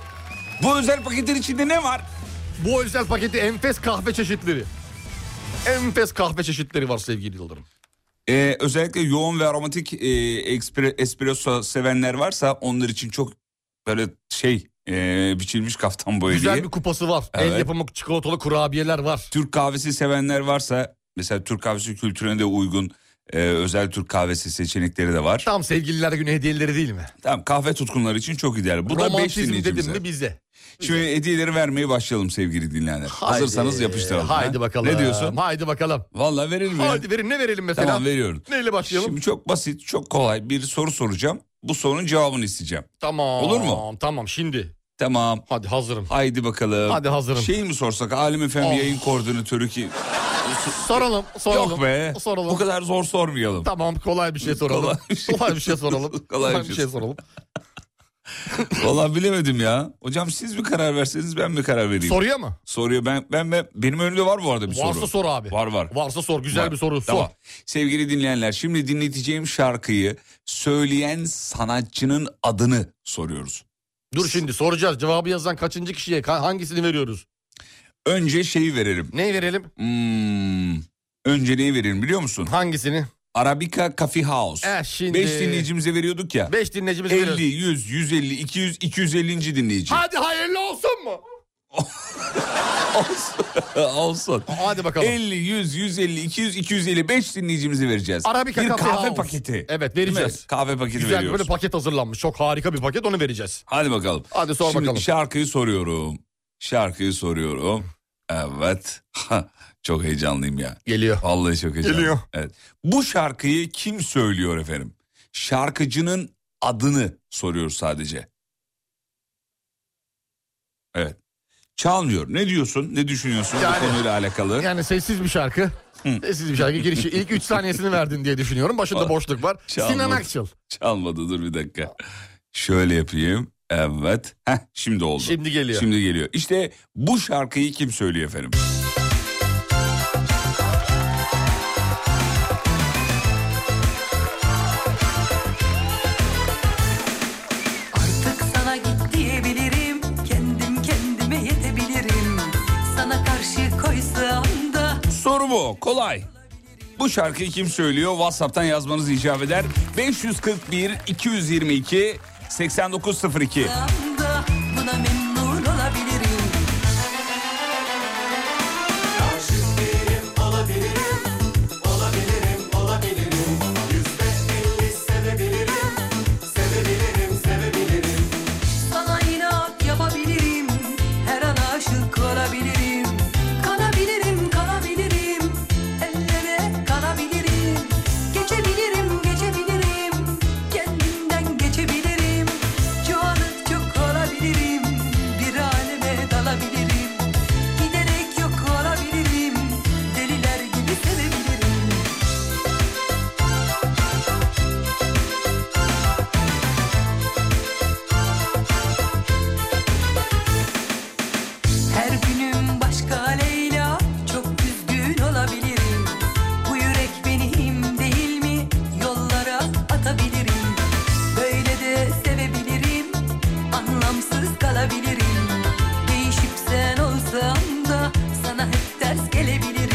S4: Bu özel paketin içinde ne var?
S5: Bu özel paketi enfes kahve çeşitleri. Enfes kahve çeşitleri var sevgili Yıldırım.
S4: Ee, özellikle yoğun ve aromatik e, ekspre- espresso sevenler varsa onlar için çok böyle şey e, biçilmiş kaftan boyu
S5: Güzel
S4: diye.
S5: bir kupası var.
S4: Evet.
S5: El yapımı çikolatalı kurabiyeler var.
S4: Türk kahvesi sevenler varsa mesela Türk kahvesi kültürüne de uygun e, özel Türk kahvesi seçenekleri de var.
S5: Tam sevgililer günü hediyeleri değil mi?
S4: Tamam, kahve tutkunları için çok ideal. Bu da beş
S5: Romantizm dedim
S4: dinleyicimize.
S5: mi bize.
S4: Şimdi hediyeleri vermeye başlayalım sevgili dinleyenler.
S5: Haydi.
S4: Hazırsanız yapıştıralım.
S5: Haydi
S4: ha?
S5: bakalım.
S4: Ne diyorsun?
S5: Haydi bakalım.
S4: Vallahi verelim ya.
S5: Haydi verin ne verelim mesela?
S4: Tamam, veriyorum.
S5: Neyle başlayalım?
S4: Şimdi çok basit, çok kolay bir soru soracağım. Bu sorunun cevabını isteyeceğim.
S5: Tamam.
S4: Olur mu?
S5: Tamam şimdi.
S4: Tamam.
S5: Hadi hazırım.
S4: Haydi bakalım.
S5: Hadi hazırım.
S4: Şey mi sorsak, Alem Efem
S5: Oh.
S4: yayın koordinatörü ki...
S5: Soralım. Soralım.
S4: Yok be.
S5: Soralım.
S4: Bu kadar zor sormayalım.
S5: Tamam kolay bir şey soralım.
S4: Kolay bir şey.
S5: Kolay bir şey soralım.
S4: Kolay
S5: kolay
S4: bir
S5: bir
S4: şey
S5: şey soralım.
S4: Vallahi bilemedim ya. Hocam siz mi karar verseniz ben mi karar vereyim?
S5: Soruya mı?
S4: Soruyor ben, ben ben benim önümde var bu arada bir
S5: Varsa
S4: soru.
S5: sor abi.
S4: Var var.
S5: Varsa sor. Güzel
S4: Var.
S5: bir soru.
S4: Tamam.
S5: Sor.
S4: Sevgili dinleyenler, şimdi dinleteceğim şarkıyı söyleyen sanatçının adını soruyoruz.
S5: Dur şimdi soracağız. Cevabı yazan kaçıncı kişiye ka- hangisini veriyoruz?
S4: Önce şeyi verelim.
S5: Neyi verelim?
S4: Hmm, önce neyi verelim biliyor musun?
S5: Hangisini?
S4: Arabica Coffee House.
S5: Eh, şimdi-
S4: Beş dinleyicimize veriyorduk ya.
S5: Beş dinleyicimiz
S4: elli,
S5: veriyoruz.
S4: yüz, yüz elli, iki yüz, iki yüz ellinci dinleyici.
S5: Hadi hayırlı olsun mu?
S4: olsun. Olsun.
S5: Hadi bakalım.
S4: elli, yüz, yüz elli, iki yüz, iki yüz elli beş dinleyicimizi vereceğiz.
S5: Arabika
S4: bir
S5: Cafe
S4: kahve
S5: House.
S4: paketi.
S5: Evet,
S4: Değil mi?
S5: vereceğiz.
S4: Kahve paketi
S5: Güzel
S4: veriyoruz.
S5: böyle paket hazırlanmış. Çok harika bir paket, onu vereceğiz.
S4: Hadi bakalım.
S5: Hadi sor
S4: Şimdi
S5: bakalım.
S4: şarkıyı soruyorum. Şarkıyı soruyorum. Evet. Çok heyecanlıyım ya.
S5: Geliyor.
S4: Vallahi çok heyecanlıyım.
S5: Geliyor.
S4: Evet. Bu şarkıyı kim söylüyor efendim? Şarkıcının adını soruyoruz sadece. Evet. Çalmıyor. Ne diyorsun? Ne düşünüyorsun
S5: Yani-
S4: bu konuyla alakalı?
S5: Yani sessiz bir şarkı. Sessiz bir şarkı. Girişi ilk üç saniyesini verdin diye düşünüyorum. Başında boşluk var.
S4: Çalmadı.
S5: Sinan Akçıl.
S4: Çalmadı, dur bir dakika. Şöyle yapayım. Evet. Heh, şimdi oldu.
S5: Şimdi geliyor.
S4: Şimdi geliyor. İşte bu şarkıyı kim söylüyor efendim?
S7: Artık sana git diyebilirim, kendim kendime yetebilirim. Sana karşı koysam da
S4: Soru bu. Kolay. Bu şarkıyı kim söylüyor? WhatsApp'tan yazmanız icap eder. beş yüz kırk bir iki yüz yirmi iki seksen dokuz sıfır iki.
S7: da buna memnun olabilirim. Sana inat yapabilirim, her an aşık olabilirim. Kanabilirim, kanabilirim, ellere kanabilirim. Geçebilirim, geçebilirim, kendimden geçebilirim. Çoğalıp çok olabilirim, bir aleme dalabilirim. Giderek yok olabilirim, deliler gibi sevebilirim. Her günüm başka Leyla, çok üzgün olabilirim. Bu yürek benim değil mi? Yollara atabilirim. Böyle de sevebilirim, anlamsız kalabilirim. Değişip sen olsam da sana hep ters gelebilirim.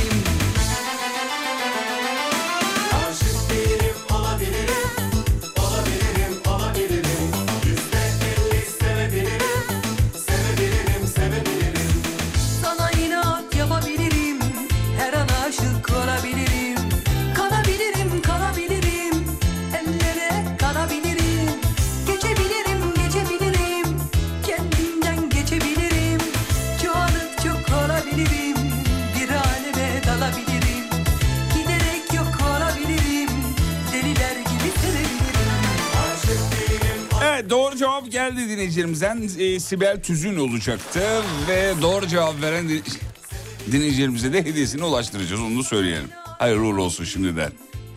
S7: Sana inat yapabilirim, her an aşık olabilirim. Kanabilirim, kanabilirim, ellere kanabilirim. Geçebilirim, geçebilirim, kendimden geçebilirim. Çoğalıp çok olabilirim, bir aleme dalabilirim. Giderek yok olabilirim, deliler gibi sevebilirim.
S4: Evet, doğru cevap geldi dinleyicilerimizden. Ee, Sibel Tüzün olacaktı ve doğru cevap veren din- dinleyicilerimize de hediyesini ulaştıracağız, onu da söyleyelim. Hayırlı uğurlu olsun şimdiden.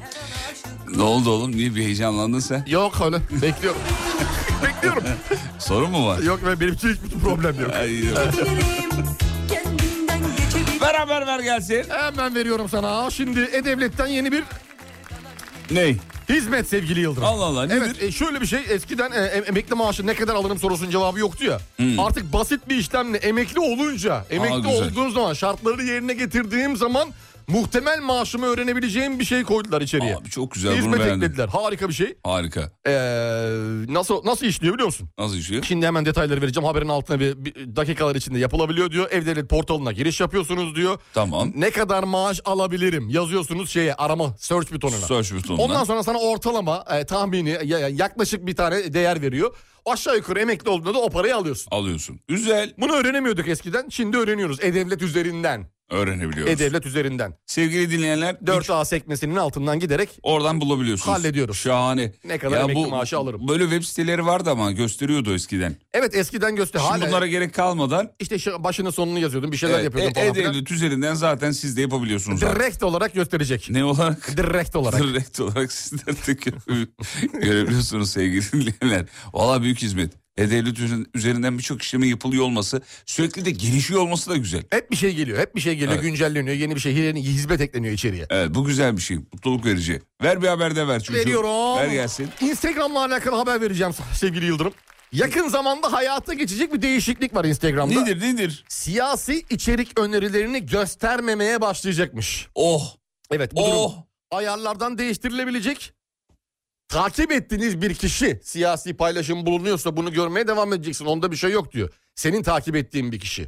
S4: Ne oldu oğlum, niye bir heyecanlandın sen?
S5: Yok öyle. Bekliyorum. Bekliyorum.
S4: Sorun mu var?
S5: Yok benim için hiçbir problem yok.
S4: Ay,
S7: Bilirim, kendimden geçebilirim.
S4: ver haber ver gelsin.
S5: Hemen veriyorum sana. Şimdi E-Devlet'ten yeni bir
S4: Ney?
S5: hizmet sevgili Yıldırım.
S4: Allah Allah, nedir?
S5: Evet, e, şöyle bir şey, eskiden e, em- emekli maaşı ne kadar alırım sorusunun cevabı yoktu ya. Artık basit bir işlemle emekli olunca, emekli
S4: güzel.
S5: olduğun zaman, şartları yerine getirdiğim zaman muhtemel maaşımı öğrenebileceğim bir şey koydular içeriye.
S4: Abi çok güzel, bunu
S5: Hizmet
S4: beğendim.
S5: eklediler. Harika bir şey.
S4: Harika.
S5: Ee, nasıl nasıl işliyor biliyor musun?
S4: Nasıl işliyor?
S5: Şimdi hemen detayları vereceğim. Haberin altına bir, bir dakikalar içinde yapılabiliyor diyor. E-Devlet portalına giriş yapıyorsunuz diyor.
S4: Tamam.
S5: Ne kadar maaş alabilirim yazıyorsunuz şeye, arama search butonuna.
S4: Search butonuna.
S5: Ondan sonra sana ortalama e, tahmini ya- ya- yaklaşık bir tane değer veriyor. Aşağı yukarı emekli olduğunda da o parayı alıyorsun.
S4: Alıyorsun. Güzel.
S5: Bunu öğrenemiyorduk eskiden. Şimdi öğreniyoruz. E-Devlet üzerinden.
S4: Öğrenebiliyoruz.
S5: E-Devlet üzerinden.
S4: Sevgili dinleyenler,
S5: dört A sekmesinin altından giderek
S4: oradan bulabiliyorsunuz.
S5: Hallediyoruz.
S4: Şahane.
S5: Ne kadar emekli maaşı alırım.
S4: Böyle web siteleri vardı ama gösteriyordu eskiden.
S5: evet eskiden göster.
S4: Şimdi
S5: Hala
S4: bunlara gerek kalmadan
S5: işte şu başını sonunu yazıyordum. Bir şeyler
S4: evet,
S5: yapıyordum falan filan.
S4: E-Devlet üzerinden zaten siz de yapabiliyorsunuz. artık.
S5: Direkt olarak gösterecek.
S4: Ne olarak?
S5: Direkt olarak.
S4: Direkt olarak sizler de göre- görebiliyorsunuz sevgili dinleyenler. Valla büyük hizmet. E-Devlet üzerinden birçok işlemin yapılıyor olması, sürekli de gelişiyor olması da güzel.
S5: Hep bir şey geliyor. Hep bir şey geliyor.
S4: Evet.
S5: Güncelleniyor. Yeni bir şey, yeni hizmet ekleniyor içeriye.
S4: Evet, bu güzel bir şey. Mutluluk verici. Ver bir haber de ver çocuğum.
S5: Veriyorum.
S4: Ver gelsin.
S5: Instagram'la alakalı haber vereceğim sevgili Yıldırım. Yakın zamanda hayata geçecek bir değişiklik var Instagram'da.
S4: Nedir nedir?
S5: Siyasi içerik önerilerini göstermemeye başlayacakmış.
S4: Oh.
S5: Evet, bu
S4: Oh.
S5: durum ayarlardan değiştirilebilecek. Takip ettiğiniz bir kişi siyasi paylaşım bulunuyorsa bunu görmeye devam edeceksin. Onda bir şey yok diyor. Senin takip ettiğin bir kişi.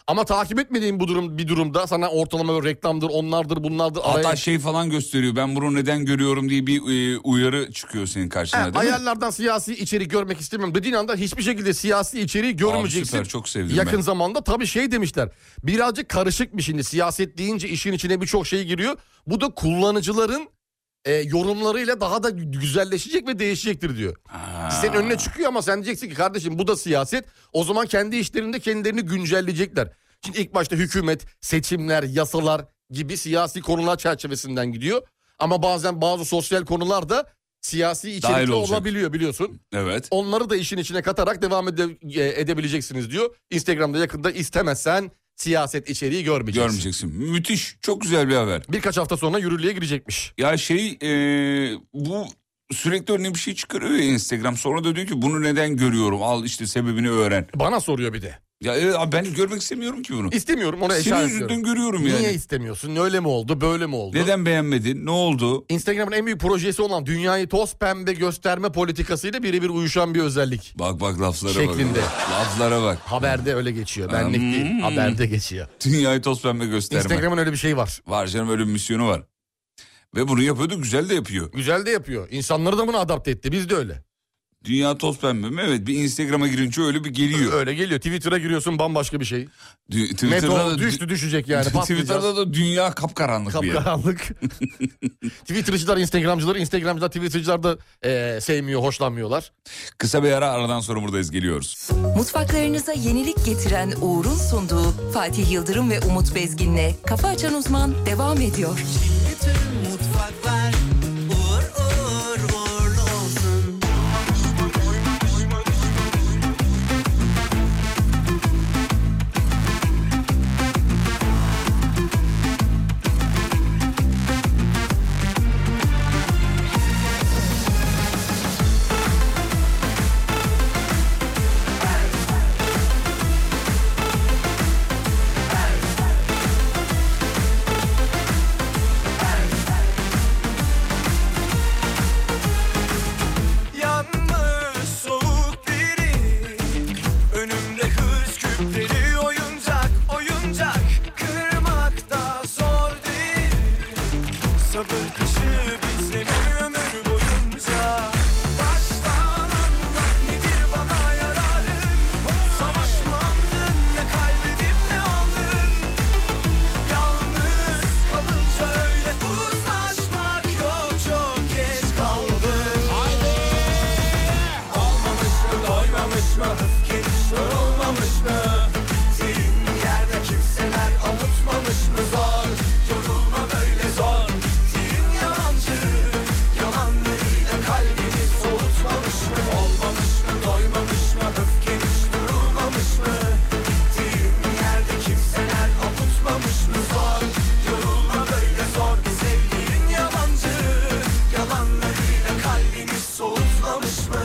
S5: Ama takip etmediğin bu durum bir durumda sana ortalama böyle reklamdır, onlardır, bunlardır.
S4: Hatta
S5: araya...
S4: şey falan gösteriyor. Ben bunu neden görüyorum diye bir e, uyarı çıkıyor senin karşına,
S5: He,
S4: değil mi?
S5: ayarlardan siyasi içerik görmek istemiyorum dediğin anda hiçbir şekilde siyasi içeriği görmeyeceksin.
S4: Abi süper, çok sevdim
S5: Yakın
S4: ben.
S5: zamanda tabii şey demişler. Birazcık karışık bir şimdi siyaset deyince işin içine birçok şey giriyor. Bu da kullanıcıların e, yorumlarıyla daha da güzelleşecek ve değişecektir diyor.
S4: Ha.
S5: Senin önüne çıkıyor ama sen diyeceksin ki kardeşim bu da siyaset. O zaman kendi işlerinde kendilerini güncelleyecekler. Şimdi ilk başta hükümet, seçimler, yasalar gibi siyasi konular çerçevesinden gidiyor. Ama bazen bazı sosyal konular da siyasi içerikli olabiliyor biliyorsun.
S4: Evet.
S5: Onları da işin içine katarak devam ede- edebileceksiniz diyor. Instagram'da yakında istemezsen siyaset içeriği görmeyeceksin.
S4: Görmeyeceksin. Müthiş. Çok güzel bir haber.
S5: Birkaç hafta sonra yürürlüğe girecekmiş.
S4: Ya şey e, bu sürekli önüne bir şey çıkarıyor ya Instagram. Sonra da diyor ki bunu neden görüyorum? Al işte sebebini öğren.
S5: Bana soruyor bir de.
S4: Ya evet, abi ben görmek istemiyorum ki bunu.
S5: İstemiyorum ona
S4: Senin
S5: işaretliyorum.
S4: yüzünden görüyorum yani.
S5: Niye istemiyorsun? Öyle mi oldu? Böyle mi oldu?
S4: Neden beğenmedin? Ne oldu?
S5: Instagram'ın en büyük projesi olan dünyayı toz pembe gösterme politikasıyla birebir uyuşan bir özellik.
S4: Bak bak laflara
S5: Şeklinde.
S4: bak. Laflara bak.
S5: Haberde öyle geçiyor. Benlik
S4: Hmm.
S5: değil. Haberde geçiyor.
S4: Dünyayı toz pembe gösterme.
S5: Instagram'ın öyle bir şeyi var.
S4: Var canım, öyle bir misyonu var. Ve bunu yapıyordu, güzel de yapıyor.
S5: Güzel de yapıyor. İnsanları da bunu adapte etti. Biz de öyle.
S4: Dünya toz pembe mi? Evet, bir Instagram'a girince öyle bir geliyor.
S5: Öyle geliyor. Twitter'a giriyorsun bambaşka bir şey.
S4: Dü- Twitter'da
S5: Meteor
S4: da,
S5: düştü düşecek yani.
S4: Twitter'da da dünya kapkaranlık bir yer.
S5: Kapkaranlık. Twitter'cılar, Instagram'cılar, Instagram'cılar, Twitter'cılar da e, sevmiyor, hoşlanmıyorlar.
S4: Kısa bir ara, aradan sonra buradayız, geliyoruz.
S1: Mutfaklarınıza yenilik getiren Uğur'un sunduğu Fatih Yıldırım ve Umut Bezgin'le Kafa Açan Uzman devam ediyor.
S2: Bütün mutfaklar uğur uğur uğurlu olsun. Yanmış soğuk biri, önümde hız küpleri, oyuncak oyuncak kırmak da zor değil. Sabır kışı bizde bir ömür boyunca. Baştan anlat nedir bana yararın, savaşmandın ne kaybedip ne aldın. Yalnız kalınca öyle uzlaşmak yok, çok geç kaldın. Olmamış mı, doymamış mı, öfken hiç yorulmamış mı? Senin yerde kimseler avutmamış mı zor? Yorulma böyle zor. Senin yalancı, yalanlarıyla kalbini soğutmamış mı? Olmamış mı, doymamış mı, öfken hiç durulmamış mı? Gittiğin yerde kimseler avutmamış mı zor? Yorulma böyle zor. Sevdiğin yalancı, yalanlarıyla kalbini soğutmamış mı?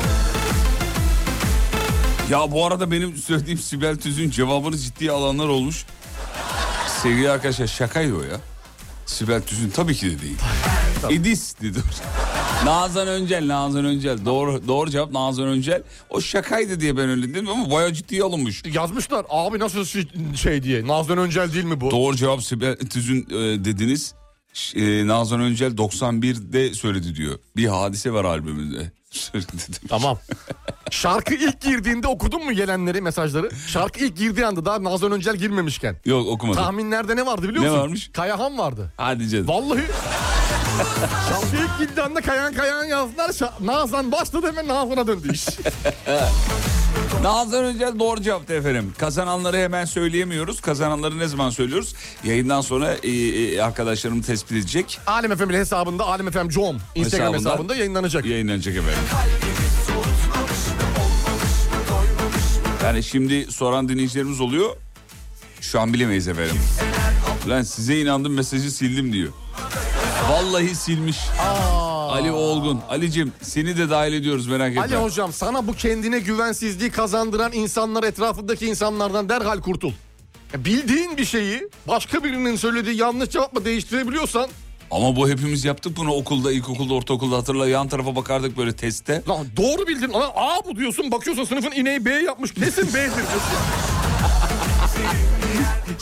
S4: Ya bu arada benim söylediğim Sibel Tüz'ün cevabını ciddiye alanlar olmuş. Sevgili arkadaşlar, şakaydı o ya. Sibel Tüz'ün tabii ki de değil. Edis dedi. Nazan Öncel, Nazan Öncel. Doğru doğru cevap Nazan Öncel. O şakaydı diye ben öyle dedim ama bayağı ciddiye alınmış.
S5: Yazmışlar abi nasıl şey, şey diye. Nazan Öncel değil mi bu?
S4: Doğru cevap Sibel Tüz'ün e, dediniz. Ş- E, Nazan Öncel doksan birde söyledi diyor. Bir hadise var albümünde.
S5: Tamam. Şarkı ilk girdiğinde okudun mu gelenleri, mesajları? Şarkı ilk girdiği anda daha Nazan Öncel girmemişken.
S4: Yok, okumadım.
S5: Tahminlerde ne vardı biliyor
S4: Ne
S5: musun?
S4: varmış?
S5: Kayahan vardı.
S4: Hadi canım.
S5: Vallahi. Şarkı ilk girdiği anda Kayahan Kayahan yazdılar. Şa- Nazan başladı, hemen Nazan'a döndü iş.
S4: Nazan Öncel doğru cevaptı efendim. Kazananları hemen söyleyemiyoruz. Kazananları ne zaman söylüyoruz? Yayından sonra e, e, arkadaşlarım tespit edecek.
S5: Alem F M'in hesabında, Alem F M Com Instagram
S4: Hesabında
S5: hesabında yayınlanacak.
S4: Yayınlanacak efendim. Yani şimdi soran dinleyicilerimiz oluyor. Şu an bilemeyiz efendim. Lan size inandım, mesajı sildim diyor. Vallahi silmiş.
S5: Aa.
S4: Ali Olgun. Ali'cim seni de dahil ediyoruz, merak etme.
S5: Ali hocam, sana bu kendine güvensizliği kazandıran insanlar, etrafındaki insanlardan derhal kurtul. Ya bildiğin bir şeyi başka birinin söylediği yanlış cevapla değiştirebiliyorsan...
S4: Ama bu hepimiz yaptık bunu okulda, ilkokulda, ortaokulda, hatırla, yan tarafa bakardık böyle testte.
S5: Lan doğru bildin. Lan A bu diyorsun, bakıyorsun sınıfın ineği B yapmış. Kesin B'dir.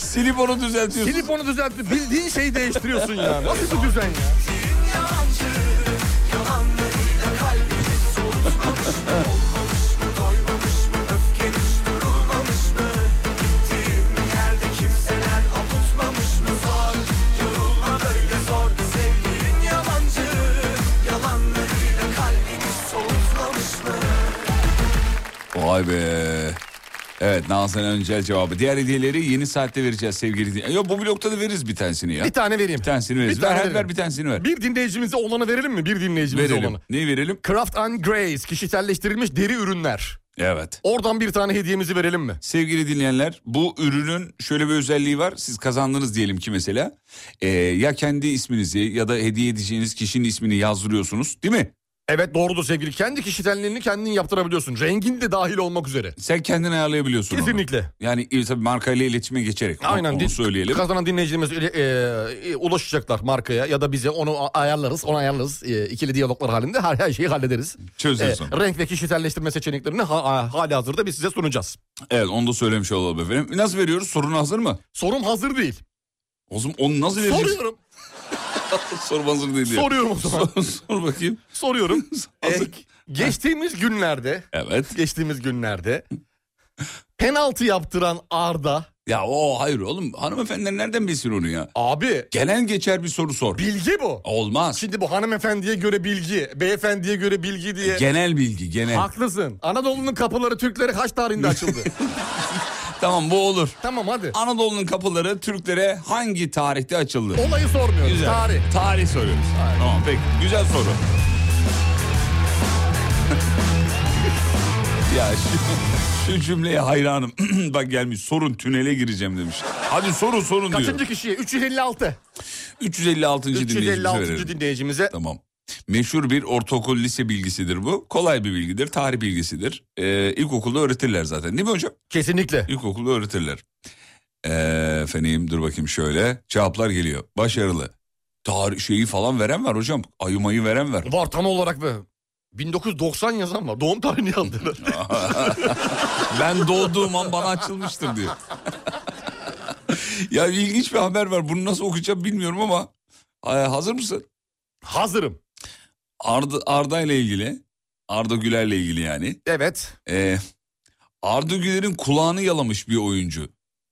S4: Silip onu düzeltiyorsun.
S5: Silip onu düzeltti. Bildiğin şeyi değiştiriyorsun ya. Nasıl bir düzen ya?
S2: Yalancı, yalanlarıyla kalbini soğutmamış mı? Olmamış mı, doymamış mı? Öfken hiç durulmamış mı? Gittiğim yerde kimseler avutmamış mı? Zor, yorulma böyle zor. Sevdiğin yalancı, yalanlarıyla kalbini soğutmamış mı?
S4: Vay be. Evet, Nazan Öncel cevabı. Diğer hediyeleri yeni saatte vereceğiz sevgili dinleyiciler. Yok, bu blokta da veririz bir tanesini ya.
S5: Bir tane vereyim.
S4: Bir tanesini veririz.
S5: Bir
S4: Ver,
S5: tane
S4: ver,
S5: verelim.
S4: ver bir tanesini ver.
S5: Bir dinleyicimize olanı verelim mi? Bir dinleyicimize
S4: Verelim.
S5: olanı.
S4: Neyi verelim?
S5: Craft and Grace kişiselleştirilmiş deri ürünler.
S4: Evet.
S5: Oradan bir tane hediyemizi verelim mi?
S4: Sevgili dinleyenler, bu ürünün şöyle bir özelliği var. Siz kazandınız diyelim ki mesela. Ee, ya kendi isminizi ya da hediye edeceğiniz kişinin ismini yazdırıyorsunuz, değil mi?
S5: Evet, doğrudur sevgili. Kendi kişiselliğini kendin yaptırabiliyorsun. Rengin de dahil olmak üzere.
S4: Sen kendin ayarlayabiliyorsun
S5: Kesinlikle.
S4: onu. Yani e, tabii markayla iletişime geçerek.
S5: Aynen.
S4: Onu söyleyelim.
S5: Kazanan dinleyicilerimiz e, e, ulaşacaklar markaya ya da bize onu ayarlarız. Onu ayarlarız. E, ikili diyaloglar halinde her, her şeyi hallederiz.
S4: Çözeriz onu.
S5: Renk ve kişiselleştirme seçeneklerini ha, hali hazırda biz size sunacağız.
S4: Evet, onu da söylemiş olalım efendim. Nasıl veriyoruz? Sorun hazır mı?
S5: Sorum hazır değil.
S4: O zaman onu nasıl vereceğiz?
S5: Soruyorum.
S4: Sorum hazır değil diyor.
S5: Soruyorum o zaman.
S4: Sor, sor bakayım.
S5: Soruyorum.
S4: Hazır.
S5: E, geçtiğimiz günlerde,
S4: Evet.
S5: geçtiğimiz günlerde penaltı yaptıran Arda.
S4: Ya o hayır oğlum, hanımefendiler nereden bilsin onu ya?
S5: Abi
S4: Gelen geçer bir soru sor.
S5: bilgi bu.
S4: Olmaz.
S5: Şimdi bu hanımefendiye göre bilgi, beyefendiye göre bilgi diye.
S4: Genel bilgi, genel.
S5: Haklısın. Anadolu'nun kapıları Türklere kaç tarihinde açıldı?
S4: Tamam, bu olur.
S5: Tamam hadi.
S4: Anadolu'nun kapıları Türklere hangi tarihte açıldı?
S5: Olayı sormuyoruz.
S4: Güzel.
S5: Tarih.
S4: Tarih soruyoruz. Tamam, peki. Güzel soru. Ya şu, şu cümleye hayranım. Bak gelmiş, sorun tünele gireceğim demiş. Hadi sorun sorun diyor.
S5: Kaçıncı kişiye? üç yüz elli altı.
S4: üç yüz elli altıncı
S5: üç yüz elli
S4: dinleyicimize
S5: altıncı
S4: verelim.
S5: dinleyicimize.
S4: Tamam. Meşhur bir ortaokul lise bilgisidir bu. Kolay bir bilgidir. Tarih bilgisidir. Ee, ilkokulda öğretirler zaten, değil mi hocam?
S5: Kesinlikle.
S4: İlkokulda öğretirler. Ee, efendim dur bakayım şöyle. Cevaplar geliyor. Başarılı. Tarih şeyi falan veren var hocam. Ayımayı veren var.
S5: Var tam olarak be. bin dokuz yüz doksan yazan var. Doğum tarihini yazdılar.
S4: Ben doğduğum an bana açılmıştır diyor. Ya ilginç bir haber var. Bunu nasıl okuyacağım bilmiyorum ama. Ee, hazır mısın?
S5: Hazırım.
S4: Arda, Arda ile ilgili. Arda Güler'le ilgili yani.
S5: Evet.
S4: Ee, Arda Güler'in kulağını yalamış bir oyuncu.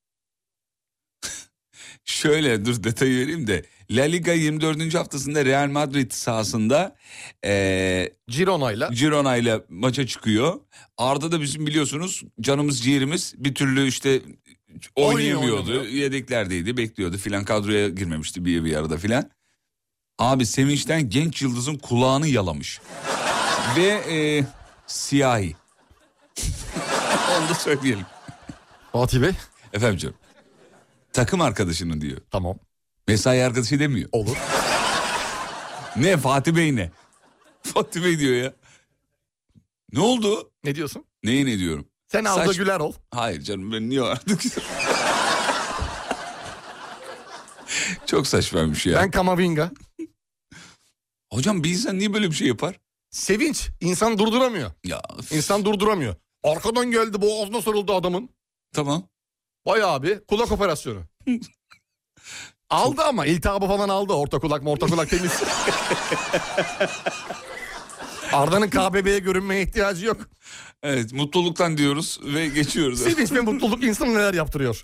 S4: Şöyle dur detayı vereyim de. La Liga yirmi dördüncü haftasında Real Madrid sahasında ee,
S5: Girona'yla.
S4: Girona ile maça çıkıyor. Arda da bizim biliyorsunuz canımız ciğerimiz, bir türlü işte oynayamıyordu.
S5: Oynuyor.
S4: Yedeklerdeydi, bekliyordu filan, kadroya girmemişti bir, bir arada filan. Abi sevinçten genç yıldızın kulağını yalamış. Ve ee, siyahi. Onu da söyleyelim.
S5: Fatih Bey.
S4: Efendim canım. Takım arkadaşının diyor.
S5: Tamam.
S4: Mesai arkadaşı demiyor.
S5: Olur.
S4: Ne Fatih Bey ne? Fatih Bey diyor ya. Ne oldu?
S5: Ne diyorsun?
S4: Neyi ne diyorum?
S5: Sen Arda
S4: Saç-
S5: Güler ol.
S4: Hayır canım, ben niye artık? Çok saçmaymış ya.
S5: Ben Kamavinga.
S4: Hocam bir insan niye böyle bir şey yapar?
S5: Sevinç. İnsan durduramıyor.
S4: Ya
S5: İnsan durduramıyor. Arkadan geldi, boğazına sarıldı adamın.
S4: tamam.
S5: Bayağı bir kulak operasyonu. Aldı ama iltihabı falan aldı. Orta kulak mı orta kulak temiz. Arda'nın K B B'ye görünmeye ihtiyacı yok.
S4: Evet, mutluluktan diyoruz ve geçiyoruz.
S5: Sevinç ve mutluluk insanı neler yaptırıyor.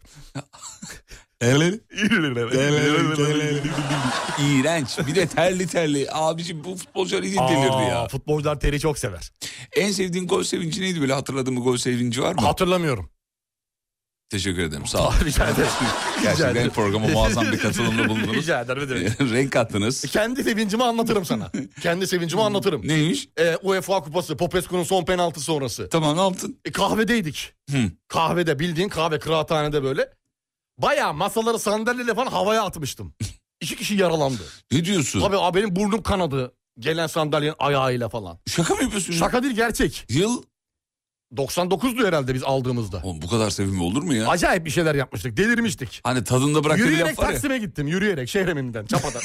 S4: İğrenç. Bir de terli terli. Abiciğim bu futbolcular iyi delirdi ya.
S5: Aa, futbolcular teri çok sever.
S4: En sevdiğin gol sevinci neydi, böyle hatırladığın bir gol sevinci var mı?
S5: Hatırlamıyorum.
S4: Teşekkür ederim, sağ ol.
S5: Rica ederim. Rica
S4: Gerçekten
S5: ederim.
S4: programa muazzam bir katılımda bulundunuz.
S5: Rica ederim. ederim.
S4: Renk attınız.
S5: Kendi sevincimi anlatırım sana. Kendi sevincimi anlatırım.
S4: Neymiş?
S5: Ee, UEFA Kupası, Popescu'nun son penaltı sonrası.
S4: Tamam, ne yaptın?
S5: E, kahvedeydik.
S4: Hı.
S5: Kahvede, bildiğin kahve, kıraathanede böyle. Bayağı masaları sandalyeyle falan havaya atmıştım. İki kişi yaralandı.
S4: Ne diyorsun?
S5: Tabii abi, benim burnum kanadı. Gelen sandalyenin ayağıyla falan.
S4: Şaka mı yapıyorsun?
S5: Şaka değil, gerçek.
S4: Yıl?
S5: doksan dokuzdu herhalde biz aldığımızda.
S4: Oğlum bu kadar sevimli olur mu ya?
S5: Acayip bir şeyler yapmıştık. Delirmiştik.
S4: Hani tadında bıraktığı bir
S5: Yürüyerek
S4: laf var ya.
S5: Taksim'e gittim. Yürüyerek Şehremim'den, Çapa'dan.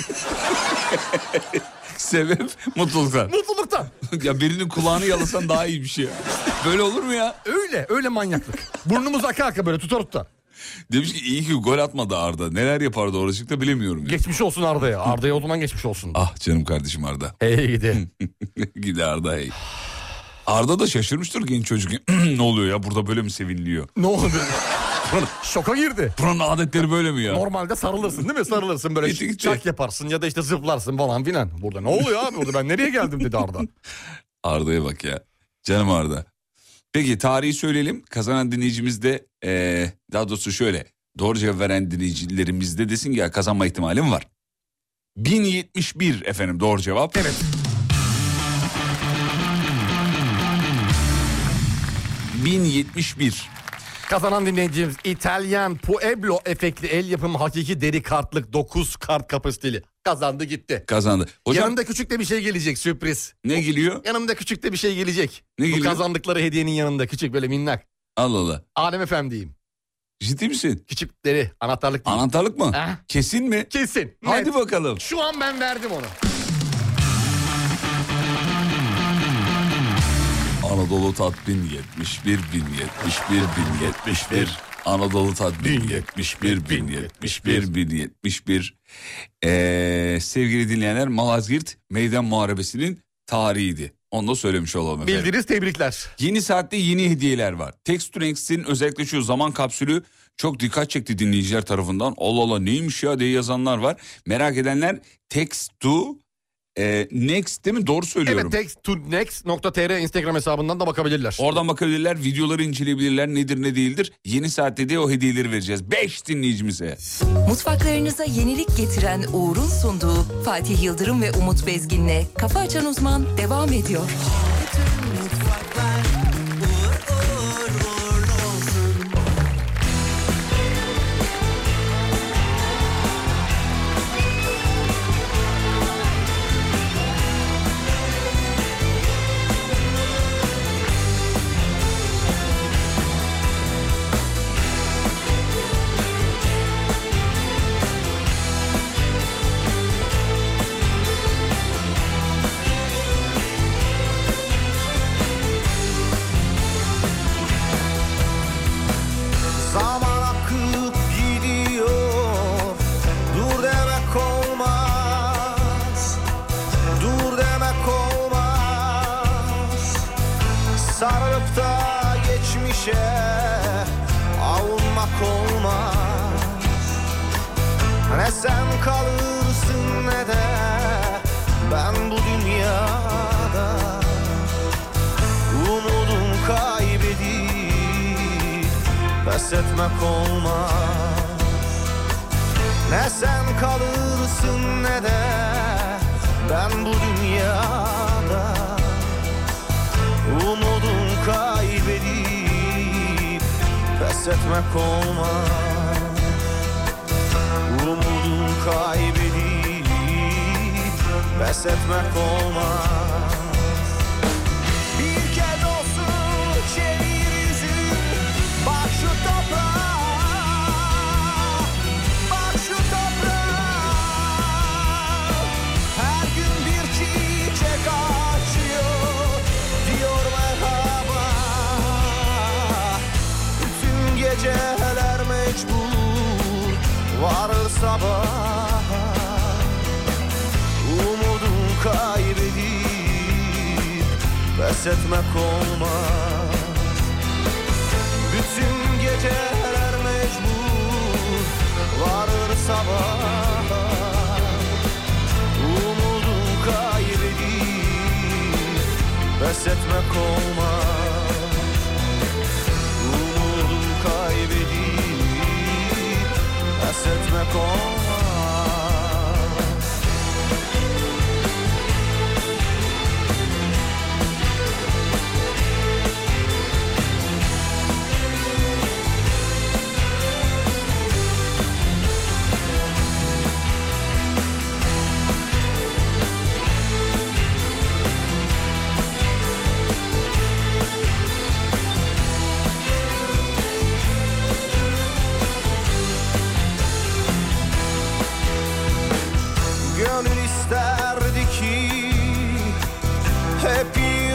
S4: Sebep mutluluktan.
S5: Mutluluktan.
S4: Ya birinin kulağını yalasan daha iyi bir şey. Böyle olur mu ya?
S5: Öyle. Öyle manyaklık. Burnumuz aka aka böyle tutar tutar.
S4: Demiş ki iyi ki gol atmadı Arda. Neler yapardı oracıkta bilemiyorum. Ya.
S5: Geçmiş olsun Arda'ya. Arda'ya o zaman geçmiş olsun.
S4: Ah canım kardeşim Arda.
S5: Hey gidi.
S4: Gidi Arda hey. Arda da şaşırmıştır genç çocuk. Ne oluyor ya burada böyle mi seviniliyor?
S5: Ne oldu? Şoka girdi.
S4: Buranın adetleri böyle mi ya?
S5: Normalde sarılırsın değil mi? Sarılırsın böyle
S4: Gitti, gitti.
S5: çak yaparsın ya da işte zıplarsın falan filan. Burada ne oluyor abi? Burada ben nereye geldim dedi Arda.
S4: Arda'ya bak ya. Canım Arda. Peki tarihi söyleyelim. Kazanan dinleyicimiz de ee, daha doğrusu şöyle. Doğru cevap veren dinleyicilerimiz de desin ki ya kazanma ihtimalim var. bin yetmiş bir efendim doğru cevap.
S5: Evet.
S4: bin yetmiş bir.
S5: Kazanan dinleyicimiz İtalyan Pueblo efektli el yapımı hakiki deri kartlık dokuz kart kapasiteli. Kazandı gitti.
S4: Kazandı. Hocam
S5: Yanımda küçük de bir şey gelecek sürpriz.
S4: ne geliyor?
S5: Yanımda küçük de bir şey gelecek.
S4: Ne
S5: Bu
S4: geliyor?
S5: kazandıkları hediyenin yanında küçük böyle minnak.
S4: Allah Allah.
S5: Alem efendiyim.
S4: Ciddi misin?
S5: Küçük deri anahtarlık değil.
S4: Anahtarlık mı?
S5: Ha?
S4: Kesin mi?
S5: Kesin.
S4: Hadi
S5: net.
S4: bakalım.
S5: Şu an ben verdim onu.
S4: Anadolu Tat bin yetmiş bir, bin yetmiş bir, bin yetmiş bir. Anadolu Tat bin yetmiş bir, bin yetmiş bir, bin yetmiş bir. Ee, sevgili dinleyenler Malazgirt Meydan Muharebesi'nin tarihiydi. Onu da söylemiş olalım efendim.
S5: Bildiniz tebrikler.
S4: Yeni saatte yeni hediyeler var. Texturenx'in özellikle şu zaman kapsülü çok dikkat çekti dinleyiciler tarafından. Allah Allah neymiş ya diye yazanlar var. Merak edenler Text to e, Next değil mi? Doğru söylüyorum.
S5: Evet text to next nokta tr Instagram hesabından da bakabilirler.
S4: Oradan bakabilirler, videoları inceleyebilirler. Nedir ne değildir. Yeni saatte de o hediyeleri vereceğiz. beş dinleyicimize.
S1: Mutfaklarınıza yenilik getiren Uğur'un sunduğu Fatih Yıldırım ve Umut Bezgin'le Kafa Açan Uzman devam ediyor.
S2: Zaman akıp gidiyor, dur demek olmaz, dur demek olmaz. Sarılıp da geçmişe avunmak olmaz. Ne sen kalırsın ne de ben bu dünyada. Umudum kaybedip pes etmek olmaz. Ne sen kalırsın ne de ben bu dünyada. Umudum kaybedip pes etmek olmaz. Umudum kaybedip pes etmek olmaz. Bir kez olsun çevir yüzün, bak şu toprağa, bak şu toprağa. Her gün bir çiçek açıyor, diyor merhaba. Bütün geceler mecbur varır sabah. Umudum kaybedip pes etmek olmaz. Bütün geceler mecbur varır sabah. Umudum kaybedip pes etmek olmaz. Umudum kaybedip pes etmek olmaz. Gönül isterdi ki hep iyi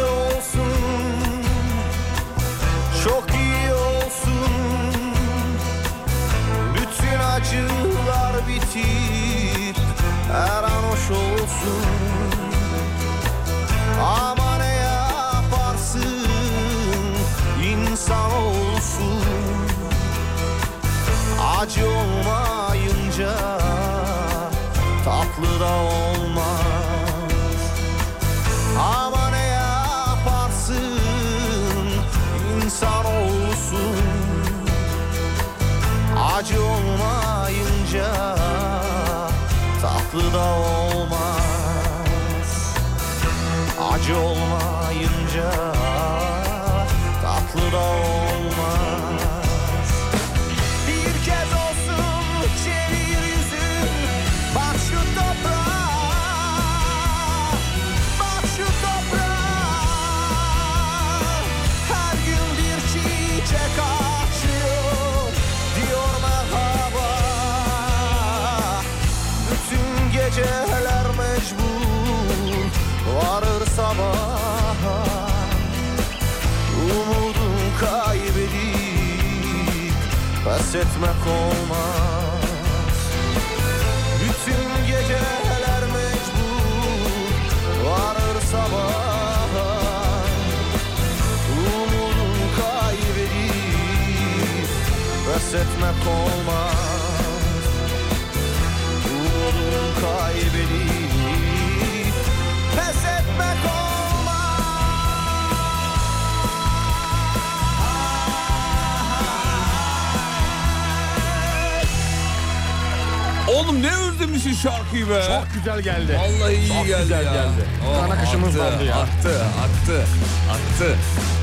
S2: olsun, çok iyi olsun. her an hoş olsun. Ama ne yaparsın, insan olsun. Acı olmayınca tatlı da olmaz. Ama ne yaparsın, insan olsun. Acı olmayınca tatlı da olmaz. Acı olmayınca tatlı da olmaz. Bir kez olsun çevir yüzün, bak şu toprağa, bak şu toprağa. Her gün bir çiçek açıyor, diyor merhaba. Bütün geceler mecbur varır sabaha. Umudum kaybedip pes etmek olmaz. Bütün geceler mecbur varır sabaha. Umudum kaybedip pes etmek olmaz. Umudum kaybedip pes etmek olmaz.
S4: Oğlum ne özlemişsin şarkıyı be.
S5: Çok güzel geldi.
S4: Vallahi iyi
S5: Çok
S4: geldi
S5: güzel
S4: ya.
S5: geldi.
S4: Oh,
S5: Kan akışımız
S4: aktı,
S5: vardı ya.
S4: Aktı, aktı, aktı.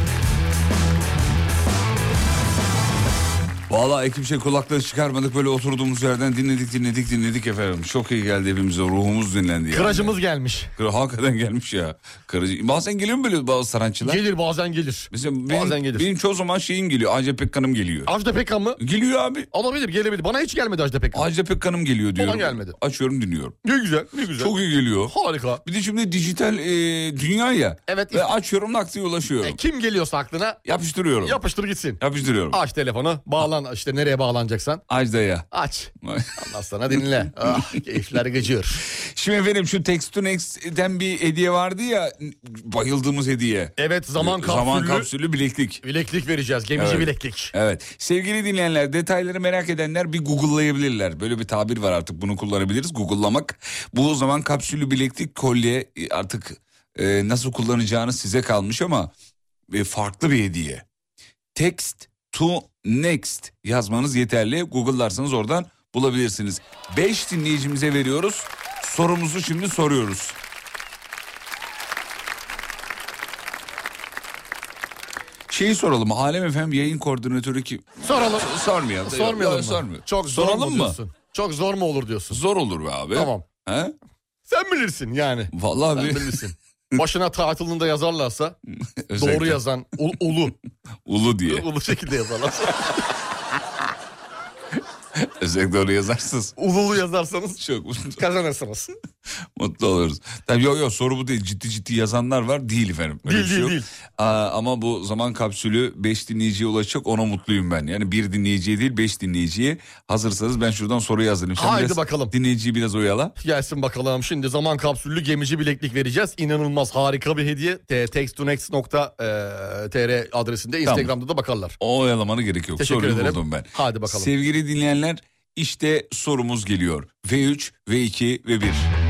S4: Vallahi ekip şey kulaklığı çıkarmadık, böyle oturduğumuz yerden dinledik dinledik dinledik efendim. Çok iyi geldi hepimize, ruhumuz dinlendi yani.
S5: Kıracımız gelmiş.
S4: Kır, hakikaten gelmiş ya. Kırıcı. Bazen geliyor mu böyle bazı sanatçılar?
S5: Gelir bazen gelir.
S4: Mesela benim,
S5: Bazen gelir.
S4: benim çoğu zaman şeyim geliyor. Ajda Pekkan'ım geliyor.
S5: Ajda Pekkan mı?
S4: Geliyor abi.
S5: Olabilir, gelebilir. Bana hiç gelmedi Ajda Pekkan.
S4: Ajda Pekkan'ım geliyor diyorum.
S5: Bana gelmedi.
S4: Açıyorum dinliyorum.
S5: Ne güzel, ne güzel.
S4: Çok iyi geliyor.
S5: Harika.
S4: Bir de şimdi dijital e, dünya ya.
S5: Evet.
S4: Ve açıyorum, nakdiye ulaşıyorum.
S5: E, kim geliyorsa aklına
S4: Yapıştırıyorum.
S5: yapıştır gitsin.
S4: Yapıştırıyorum.
S5: Aç telefonu, bağlan işte nereye bağlanacaksan.
S4: Ajda'ya.
S5: Aç. Ondan sonra dinle. Ah, keyifler gıcır.
S4: Şimdi efendim şu Text to Next'ten bir hediye vardı ya, bayıldığımız hediye.
S5: Evet, zaman kapsülü.
S4: Zaman kapsülü bileklik.
S5: Bileklik vereceğiz. Gemici
S4: Evet.
S5: bileklik.
S4: Evet. Sevgili dinleyenler, detayları merak edenler bir Google'layabilirler. Böyle bir tabir var artık, bunu kullanabiliriz. Google'lamak. Bu zaman kapsülü bileklik kolye artık e, nasıl kullanacağınız size kalmış ama e, farklı bir hediye. Text to Next yazmanız yeterli. Google'larsanız oradan bulabilirsiniz. beş dinleyicimize veriyoruz. Sorumuzu şimdi soruyoruz. Şeyi soralım. Alem F M yayın koordinatörü kim?
S5: Soralım.
S4: Sormayalım.
S5: Sormayalım mı?
S4: Sormuyor.
S5: Çok zor
S4: Soralım
S5: mu
S4: mı?
S5: diyorsun? Çok zor mu olur diyorsun?
S4: Zor olur be abi.
S5: Tamam.
S4: He?
S5: Sen bilirsin yani.
S4: Vallahi
S5: Sen
S4: bir
S5: bilirsin. Başına tatilinde yazarlarsa
S4: özellikle
S5: doğru yazan ul- ulu.
S4: ulu diye.
S5: Ulu şekilde yazarlarsa.
S4: Özellikle oraya yazarsınız.
S5: Ululu yazarsanız
S4: Çok mutlu,
S5: kazanırsınız.
S4: mutlu oluruz. Tabii yok yok, soru bu değil. Ciddi ciddi yazanlar var. Değil efendim. Öyle
S5: Değil,
S4: bir şey
S5: değil,
S4: yok.
S5: değil.
S4: Aa, ama bu zaman kapsülü beş dinleyiciye ulaşacak, ona mutluyum ben. Yani bir dinleyiciye değil beş dinleyiciye. Hazırsanız ben şuradan soru yazayım. Sen
S5: Haydi
S4: biraz
S5: bakalım.
S4: Dinleyiciyi biraz oyala.
S5: Gelsin bakalım. Şimdi zaman kapsüllü gemici bileklik vereceğiz. İnanılmaz harika bir hediye. text to next nokta t r adresinde Instagram'da da bakarlar.
S4: O oyalamana gerek yok.
S5: Teşekkür
S4: Soruyu
S5: ederim.
S4: buldum ben.
S5: Hadi bakalım.
S4: Sevgili dinleyenler, işte sorumuz geliyor. V üç, V iki ve bir.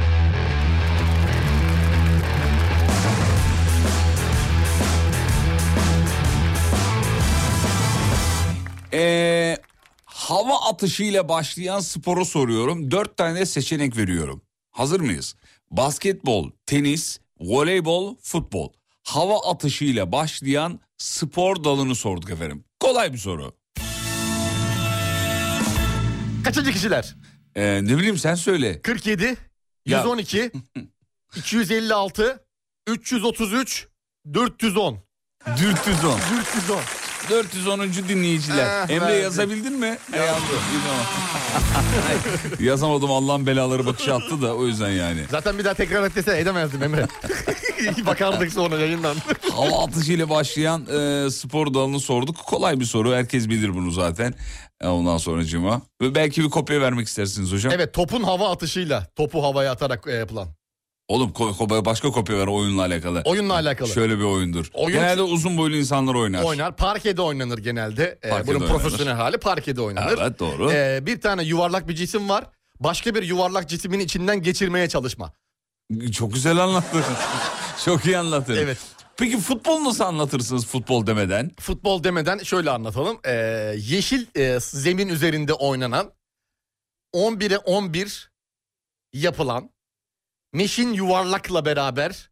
S4: Ee, hava atışıyla başlayan sporu soruyorum. Dört tane seçenek veriyorum. Hazır mıyız? Basketbol, tenis, voleybol, futbol. Hava atışıyla başlayan spor dalını sorduk efendim. Kolay bir soru.
S5: Kaçıncı kişiler?
S4: Ee, ne bileyim, sen söyle.
S5: kırk yedi,
S4: Ya.
S5: yüz on iki, iki yüz elli altı, üç yüz otuz üç, dört yüz on.
S4: Dürtüzon.
S5: dört yüz on.
S4: dört yüz onuncu dinleyiciler.
S5: Ah,
S4: Emre
S5: verdi.
S4: yazabildin mi? Yazdı. Yazamadım, Allah'ın belaları bakışı attı da o yüzden yani.
S5: Zaten bir daha tekrar et dese edemezdim Emre. Bakardık sonra yayından.
S4: Hava atışıyla başlayan e, spor dalını sorduk. Kolay bir soru, herkes bilir bunu zaten. E, ondan sonracığıma. Ve belki bir kopya vermek istersiniz hocam.
S5: Evet, topun hava atışıyla, topu havaya atarak e, yapılan.
S4: Oğlum ko- ko- başka kopya ver oyunla alakalı.
S5: Oyunla alakalı.
S4: Şöyle bir oyundur.
S5: Oyun-
S4: Genelde uzun boylu insanlar oynar.
S5: Oynar. Parkede oynanır genelde. Ee,
S4: Parkede
S5: bunun
S4: oynanır.
S5: profesyonel hali parkede oynanır.
S4: Evet, doğru.
S5: Ee, bir tane yuvarlak bir cisim var. Başka bir yuvarlak cismin içinden geçirmeye çalışma.
S4: Çok güzel anlattın. Çok iyi anlattın.
S5: Evet.
S4: Peki futbol nasıl anlatırsınız futbol demeden?
S5: Futbol demeden şöyle anlatalım. Ee, yeşil e, zemin üzerinde oynanan on bire on bir yapılan meşin yuvarlakla beraber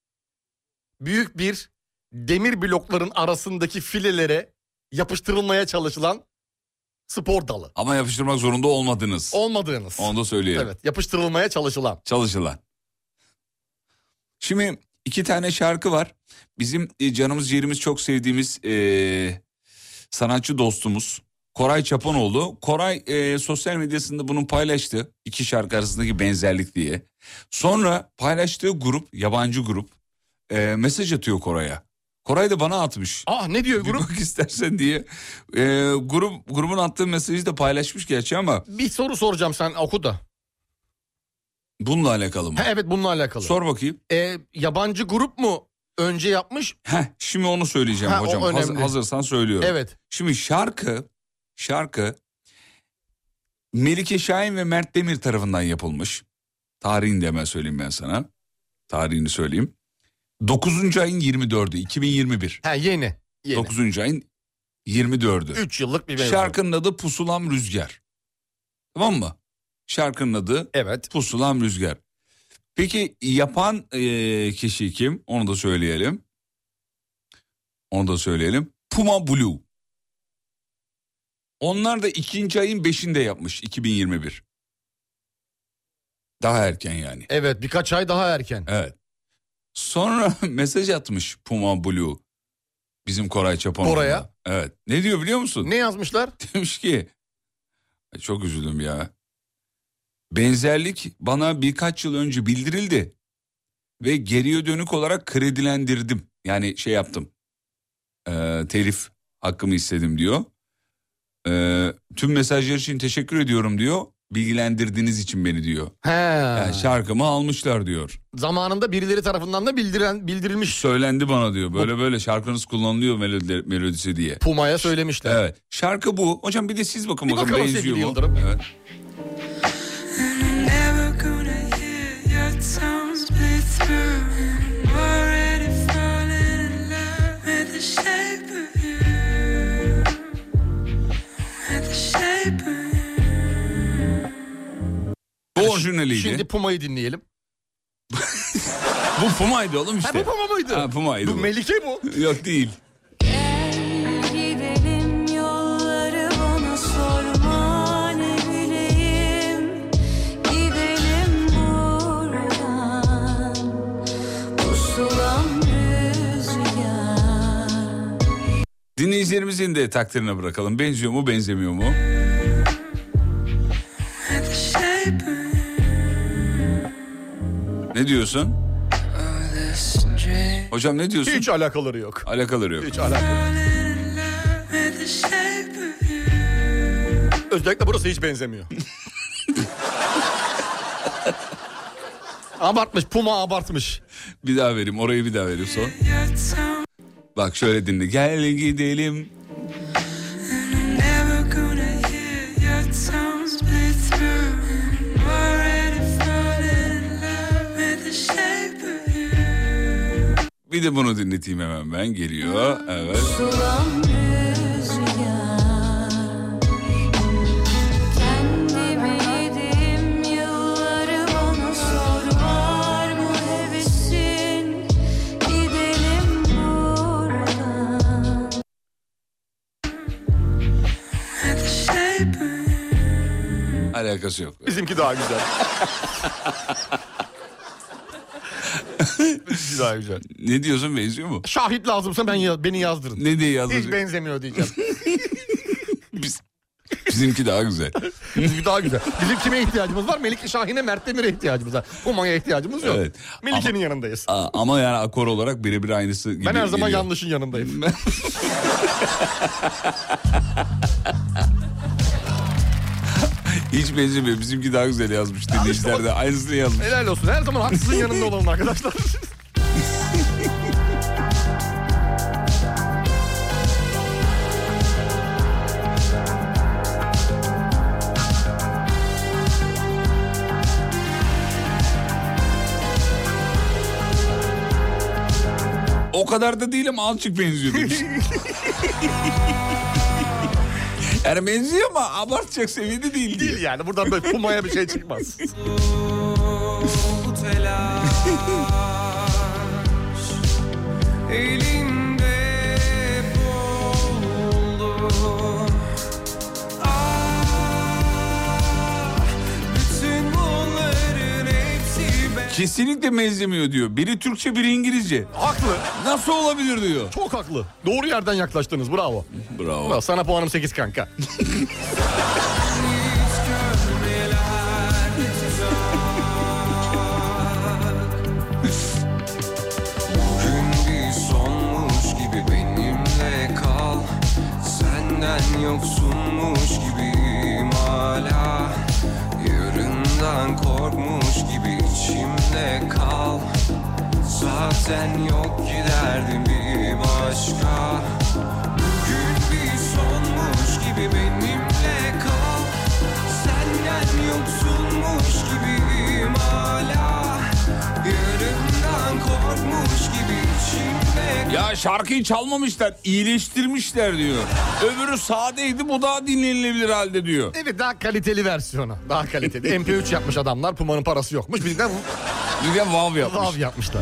S5: büyük bir demir blokların arasındaki filelere yapıştırılmaya çalışılan spor dalı.
S4: Ama yapıştırmak zorunda olmadınız.
S5: Olmadığınız.
S4: Onu da söyleyelim.
S5: Evet, yapıştırılmaya çalışılan.
S4: Çalışılan. Şimdi iki tane şarkı var. Bizim e, canımız ciğerimiz çok sevdiğimiz e, sanatçı dostumuz Koray Çapanoğlu. Koray e, sosyal medyasında bunu paylaştı. İki şarkı arasındaki benzerlik diye. Sonra paylaştığı grup, yabancı grup e, mesaj atıyor Koray'a. Koray da bana atmış.
S5: Ah, ne diyor
S4: Bir
S5: grup?
S4: bak istersen diye. E, grup grubun attığı mesajı da paylaşmış gerçi ama
S5: Bir soru soracağım, sen oku da.
S4: bununla alakalı mı?
S5: Ha, evet, bununla alakalı.
S4: Sor bakayım.
S5: Ee, yabancı grup mu önce yapmış?
S4: Heh, şimdi onu söyleyeceğim
S5: Ha, o
S4: hocam. Haz-
S5: önemli.
S4: hazırsan söylüyorum.
S5: Evet.
S4: Şimdi şarkı, şarkı Melike Şahin ve Mert Demir tarafından yapılmış. Tarihini de hemen söyleyeyim ben sana. Tarihini söyleyeyim. dokuzuncu ayın yirmi dördü iki bin yirmi bir.
S5: Ha, yeni. yeni.
S4: dokuzuncu ayın yirmi dördü.
S5: üç yıllık bir mevzu.
S4: Şarkının adı Pusulam Rüzgar. Tamam mı? Şarkının adı
S5: Evet.
S4: Pusulam Rüzgar. Peki yapan e, kişi kim? Onu da söyleyelim. Onu da söyleyelim. Puma Blue. Onlar da ikinci ayın beşinde yapmış iki bin yirmi bir. Daha erken yani.
S5: Evet, birkaç ay daha erken.
S4: Evet. Sonra mesaj atmış Puma Blue. Bizim Koray Çapanoğlu'na.
S5: Koray'a?
S4: Evet. Ne diyor biliyor musun?
S5: Ne yazmışlar?
S4: Demiş ki çok üzüldüm ya. Benzerlik bana birkaç yıl önce bildirildi. Ve geriye dönük olarak kredilendirdim. Yani şey yaptım. Ee, telif hakkımı istedim diyor. Ee, tüm mesajlar için teşekkür ediyorum diyor. Bilgilendirdiğiniz için beni diyor.
S5: He.
S4: Yani şarkımı almışlar diyor.
S5: Zamanında birileri tarafından da bildiren, bildirilmiş.
S4: Söylendi bana diyor. Böyle böyle şarkınız kullanılıyor melodi, melodisi diye.
S5: Puma'ya söylemişler.
S4: Evet. Şarkı bu. Hocam bir de siz bakın
S5: Bir
S4: bakalım
S5: bakalım
S4: benziyor
S5: sevgili
S4: mu?
S5: Yıldırım.
S4: Evet.
S8: Never gonna hear your tones split through. Already falling in love with the shape of you. With the shape of you.
S4: Bu orijinaliydi.
S5: Şimdi Puma'yı dinleyelim.
S4: Bu Puma'ydı oğlum işte.
S5: Ha, bu Puma mıydı?
S4: Ha, Puma'ydı
S5: Bu
S4: bu.
S5: Melike bu.
S4: Yok değil.
S6: Gidelim yolları bana sorma ne bileyim. Gidelim buradan pusulam rüzgar.
S4: Dinleyicilerimizin de takdirine bırakalım. Benziyor mu benzemiyor mu?
S8: With the shape of you.
S4: Ne diyorsun?
S8: This dream.
S4: Hocam ne diyorsun?
S5: Hiç alakaları yok.
S4: Alakaları yok.
S5: Hiç alakaları.
S8: Falling in love with the shape of you.
S5: Özellikle burası hiç benzemiyor. Abartmış. Puma abartmış.
S4: Bir daha vereyim. Orayı bir daha vereyim son.
S8: Your tone.
S4: Bak şöyle dinle. Gel gidelim.
S8: Never gonna hear your tones split through. Already falling in love with the shape of you.
S4: Bir de bunu dinleteyim hemen ben. Geliyor. Evet.
S6: Pusulam rüzgar. Kendimi yedim yılları bana sor var mı hevesin. Gidelim buradan.
S8: With the shape of you.
S4: Alakası yok.
S5: Bizimki daha güzel. Güzel güzel.
S4: Ne diyorsun, benziyor mu?
S5: Şahit lazımsa ben ya, beni yazdırın.
S4: Ne diye
S5: Hiç
S4: yazacak?
S5: benzemiyor diyeceğim.
S4: Biz, bizimki daha güzel.
S5: Bizimki daha güzel. Bizim kime ihtiyacımız var? Melike Şahin'e, Mert Demir'e ihtiyacımız var. Uma'ya ihtiyacımız yok.
S4: Evet.
S5: Melike'nin
S4: Ama-
S5: yanındayız.
S4: Aa, ama yani akor olarak birebir aynısı gibi
S5: Ben her zaman
S4: geliyor.
S5: yanlışın yanındayım.
S4: Hiç benzemiyor. Bizimki daha güzel yazmış. Dinleyiciler de aynısını yazmış.
S5: Helal olsun. Her zaman haksızın yanında olalım arkadaşlar.
S4: O kadar da değil ama azıcık benziyor demiş. Yani benziyor ama abartacak seviyede değil.
S5: Değil yani. Buradan böyle Puma'ya bir şey çıkmaz.
S8: Telaş elinde buldum. Ah, bütün bunların hepsi ben.
S4: Kesinlikle benzemiyor diyor. Biri Türkçe, biri İngilizce.
S5: Haklı.
S4: Nasıl olabilir diyor.
S5: Çok haklı. Doğru yerden yaklaştınız. Bravo.
S4: Bravo.
S5: Bravo. Sana puanım sekiz kanka.
S8: Bugün bir sonmuş gibi benimle kal. Senden yoksunmuş gibiyim hala. Yarından korkmuş gibi içimde kal. Zaten yok giderdim bir başka. Bugün bir sonmuş gibi benimle kal. Senden yoksunmuş gibiyim hala. Yarından korkmuş gibi içimde.
S4: Ya şarkıyı çalmamışlar, iyileştirmişler diyor. Öbürü sadeydi, bu daha dinlenilebilir halde diyor.
S5: Evet, daha kaliteli versiyonu. Daha kaliteli. M P üç yapmış adamlar. Puma'nın parası yokmuş. Bir de
S4: Bir de vav yapmış.
S5: vav yapmışlar.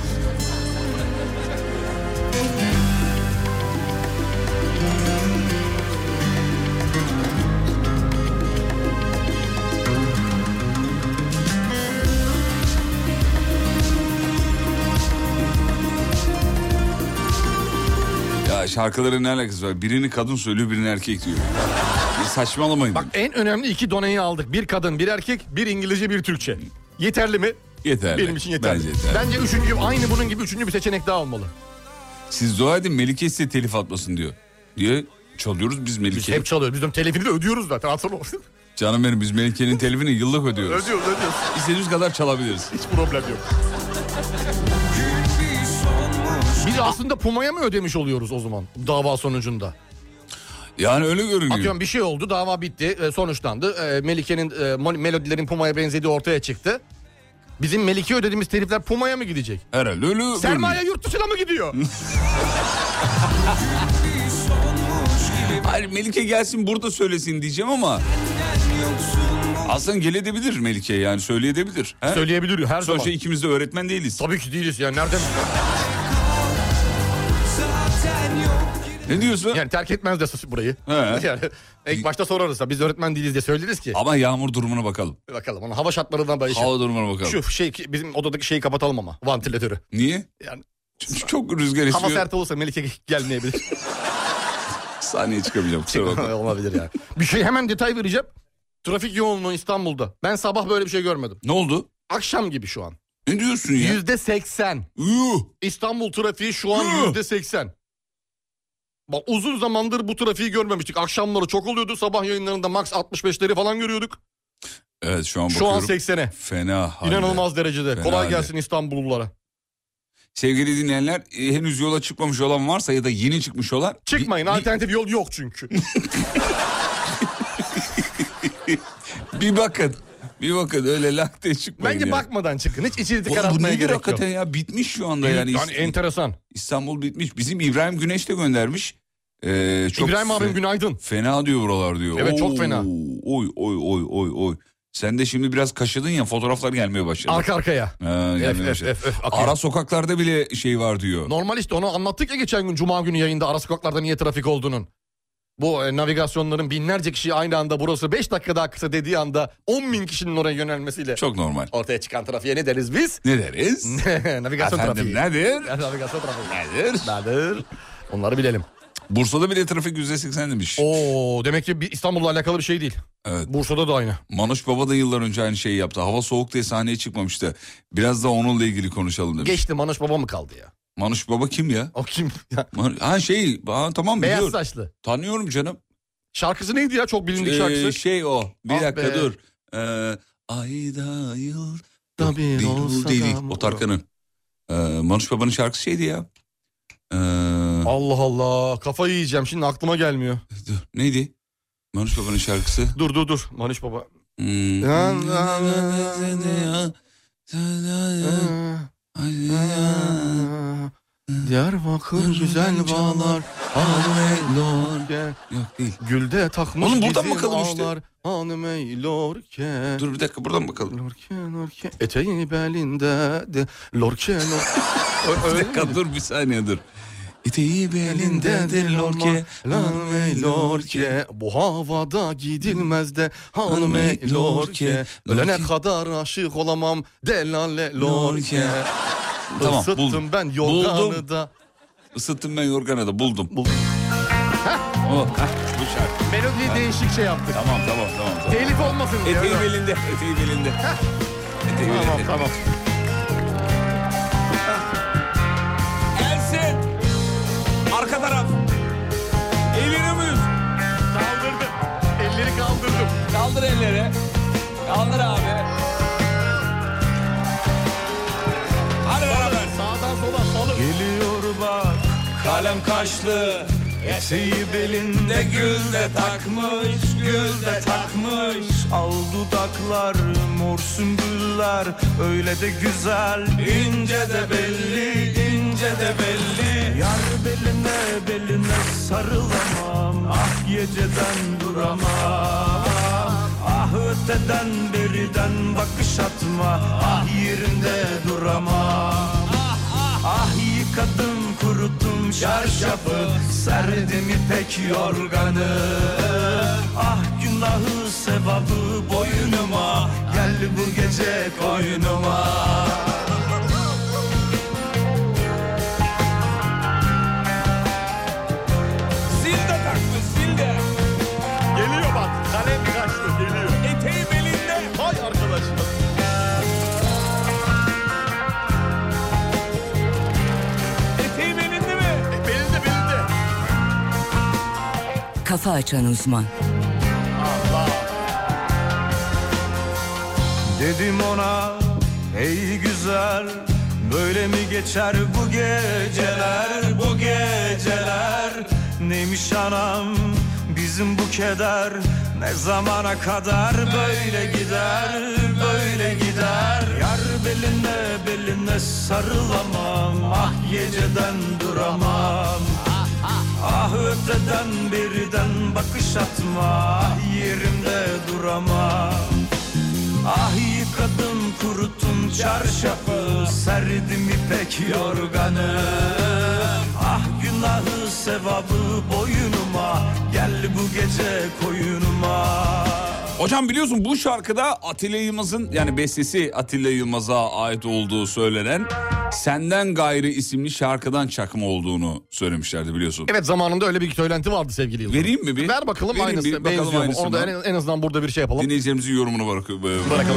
S4: Ya şarkıların ne alakası var? Birini kadın söylüyor, birini erkek diyor. Bir saçmalamayın.
S5: Bak, en önemli iki doneyi aldık. Bir kadın, bir erkek, bir İngilizce, bir Türkçe. Yeterli mi?
S4: Yeterli.
S5: Benim için yeterli.
S4: Bence yeterli.
S5: Bence üçüncü, aynı bunun gibi üçüncü bir seçenek daha olmalı.
S4: Siz dua edin Melike size telif atmasın diyor. Diye çalıyoruz biz
S5: Biz
S4: Melike.
S5: hep çalıyoruz. Biz de telifini de ödüyoruz zaten. Hatırla.
S4: Canım benim, biz Melike'nin telifini yıllık ödüyoruz.
S5: ödüyoruz, ödüyoruz.
S4: İstediğimiz kadar çalabiliriz.
S5: Hiç problem yok. Biz aslında Puma'ya mı ödemiş oluyoruz o zaman dava sonucunda?
S4: Yani öyle görünüyor.
S5: Atıyorum bir şey oldu, dava bitti, e, sonuçlandı. E, Melike'nin e, mo- melodilerin Puma'ya benzediği ortaya çıktı. Bizim Melike'ye ödediğimiz telifler Puma'ya mı gidecek?
S4: Herhalde öyle
S5: Sermaye
S4: görünüyor.
S5: yurt dışına mı gidiyor?
S4: Hayır, Melike gelsin burada söylesin diyeceğim ama... Aslında gelebilir Melike, yani söyleyebilir. He?
S5: Söyleyebilir her zaman.
S4: Sonuçta ikimiz de öğretmen değiliz.
S5: Tabii ki değiliz yani, nereden?
S4: Ne diyorsun?
S5: Yani terk etmez de burayı.
S4: He.
S5: Yani ilk başta sorarız da biz öğretmen değiliz diye söyleriz ki.
S4: Ama yağmur durumuna bakalım.
S5: Bakalım ona, hava şartlarından da işim.
S4: Hava durumuna bakalım.
S5: Şu şey, bizim odadaki şeyi kapatalım ama, vantilatörü.
S4: Niye?
S5: Yani
S4: Çünkü çok rüzgar esiyor.
S5: hava sert olursa Melike gelmeyebilir.
S4: Sahneye çıkamayacağım, kusura bakma.
S5: Olabilir yani. Bir şey, hemen detay vereceğim. Trafik yoğunluğu İstanbul'da. Ben sabah böyle bir şey görmedim.
S4: Ne oldu?
S5: Akşam gibi şu an.
S4: Ne diyorsun ya?
S5: Yüzde seksen.
S4: Yuh!
S5: İstanbul trafiği şu an
S4: Yuh!
S5: yüzde seksen. Bak, uzun zamandır bu trafiği görmemiştik. Akşamları çok oluyordu. Sabah yayınlarında max altmış beşleri falan görüyorduk.
S4: Evet, şu an
S5: Şu
S4: bakıyorum.
S5: an seksene.
S4: Fena halde.
S5: İnanılmaz derecede.
S4: Fena
S5: Kolay
S4: halde.
S5: gelsin İstanbullulara.
S4: Sevgili dinleyenler, e, henüz yola çıkmamış olan varsa ya da yeni çıkmış olan...
S5: Çıkmayın,
S4: bir,
S5: alternatif yol yok çünkü.
S4: bir, bir bakın. Bir bakın, öyle lak diye çıkmayın
S5: Bence
S4: ya.
S5: bakmadan çıkın. Hiç içinizi
S4: Oğlum bu
S5: karartmaya
S4: nedir
S5: gerek yok.
S4: hakikaten ya? Bitmiş şu anda yani.
S5: Yani
S4: İst-
S5: enteresan.
S4: İstanbul bitmiş. Bizim İbrahim Güneş de göndermiş. Ee, çok
S5: İbrahim abim
S4: fe-
S5: günaydın.
S4: Fena diyor buralar diyor.
S5: Evet, çok fena.
S4: Oy oy oy oy oy. Sen de şimdi biraz kaşıdın ya, fotoğraflar gelmeye başladı.
S5: Arka arkaya.
S4: Ha, gelmeye
S5: Öf, öf,
S4: başladı.
S5: öf, öf, akıyor.
S4: Ara sokaklarda bile şey var diyor.
S5: Normal işte, onu anlattık ya geçen gün Cuma günü yayında, ara sokaklarda niye trafik olduğunun. Bu e, navigasyonların binlerce kişi aynı anda burası beş dakika daha kısa dediği anda on bin kişinin oraya yönelmesiyle
S4: Çok normal.
S5: ortaya çıkan trafiğe ne deriz biz?
S4: Ne deriz?
S5: Navigasyon
S4: Efendim
S5: trafiği.
S4: nedir?
S5: Ya, navigasyon trafiği.
S4: Nedir?
S5: Nedir? Onları bilelim.
S4: Bursa'da bile trafik yüzde seksen demiş.
S5: Oo, demek ki bir İstanbul'la alakalı bir şey değil.
S4: Evet.
S5: Bursa'da da aynı.
S4: Manuş Baba da yıllar önce aynı şeyi yaptı. Hava soğuk diye sahneye çıkmamıştı. Biraz da onunla ilgili konuşalım demiş.
S5: Geçti, Manuş Baba mı kaldı ya?
S4: Manuş Baba kim ya?
S5: O kim? Ya,
S4: Man- Ha şey ha, tamam
S5: beyaz
S4: biliyorum.
S5: saçlı.
S4: Tanıyorum canım.
S5: Şarkısı neydi ya? Çok bilindik
S4: Ee,
S5: şarkısı.
S4: şey o. Bir
S5: Ah
S4: dakika
S5: be.
S4: dur. Ee, ayda yıl.
S5: Da
S4: Yok,
S5: bir
S4: değil,
S5: olsa
S4: o değil,
S5: da
S4: değil.
S5: mı-
S4: O Tarkan'ın. Ee, Manuş Baba'nın şarkısı şeydi ya. Ee,
S5: Allah Allah, kafayı yiyeceğim şimdi, aklıma gelmiyor.
S4: dur, neydi? Manuş Baba'nın şarkısı.
S5: Dur dur dur, Manuş Baba.
S4: Hmm.
S5: Diyarbakır güzel bağlar, hanım eylor.
S4: Yok değil.
S5: Gülde takmış
S4: Oğlum buradan
S5: bizim
S4: bakalım işte.
S5: ağlar, hanım eylor ke.
S4: Dur bir dakika buradan bakalım.
S5: Lorke lorke, eteği belinde de lorke lorke.
S4: Bir dakika dur bir saniye dur. Eteği belindedir lorke.
S5: Hanım ey lorke, bu havada gidilmez de hanım ey lorke. Ölene kadar aşık olamam delale lorke.
S4: Tamam,
S5: Isıttım
S4: buldum.
S5: ben yorganı
S4: Buldum.
S5: da.
S4: Isıttım ben yorganı da buldum.
S5: Buldum.
S4: O, heh, bu şarkı.
S5: Melodi değişik şey yaptık.
S4: Tamam tamam tamam. tamam.
S5: Telif olmasın diye.
S4: Eteği
S5: öyle.
S4: belinde. Eteği belinde. Eteği
S5: Tamam
S4: belinde.
S5: tamam.
S4: Gelsin. Arka taraf. Elini müz.
S5: Kaldırdım. Elleri kaldırdım.
S4: Kaldır elleri. Kaldır abi. Hadi beraber.
S5: Sağdan sola salı.
S2: Geliyor bak kalem kaşlı, eteği belinde gül de takmış, gül de takmış. Al dudaklar mor sümbüller, öyle de güzel, ince de belli, ince de belli. Yar beline beline sarılamam, ah geceden duramam. Ah öteden beriden bakış atma, ah yerinde duramam. Ah yıkadım kurutum çarşafı, serdim ipek yorganı. Ah günahı sevabı boynuma, gel bu gece koynuma.
S4: Sil de taktı sil de.
S5: Geliyor bak. Kalem kaçtı geliyor.
S4: Eteği belinde.
S5: Hay arkadaşlar.
S4: Eteği belinde mi?
S5: Belinde belinde.
S1: Kafa Açan Uzman.
S2: Dedim ona ey güzel, böyle mi geçer bu geceler, bu geceler. Neymiş anam bizim bu keder, ne zamana kadar böyle gider, böyle gider. Yar beline beline sarılamam, ah geceden duramam. Ah öteden beriden bakış atma, ah yerimde duramam. Ah yıkadım kurutum çarşafı, serdim ipek yorganı. Ah günahı sevabı boynuma, gel bu gece koyunuma.
S4: Hocam biliyorsun bu şarkıda Atilla Yılmaz'ın, yani bestesi Atilla Yılmaz'a ait olduğu söylenen Senden Gayrı isimli şarkıdan çakma olduğunu söylemişlerdi biliyorsun.
S5: Evet, zamanında öyle bir söylenti vardı sevgili Yıldırım.
S4: Vereyim mi bir?
S5: Ver bakalım
S4: Vereyim
S5: aynısı.
S4: bir, bakalım
S5: benziyor mu?
S4: aynısını.
S5: Onu da en, en azından burada bir şey yapalım.
S4: Dinleyicilerimizin yorumunu bırak bırakalım.
S5: Bırakalım.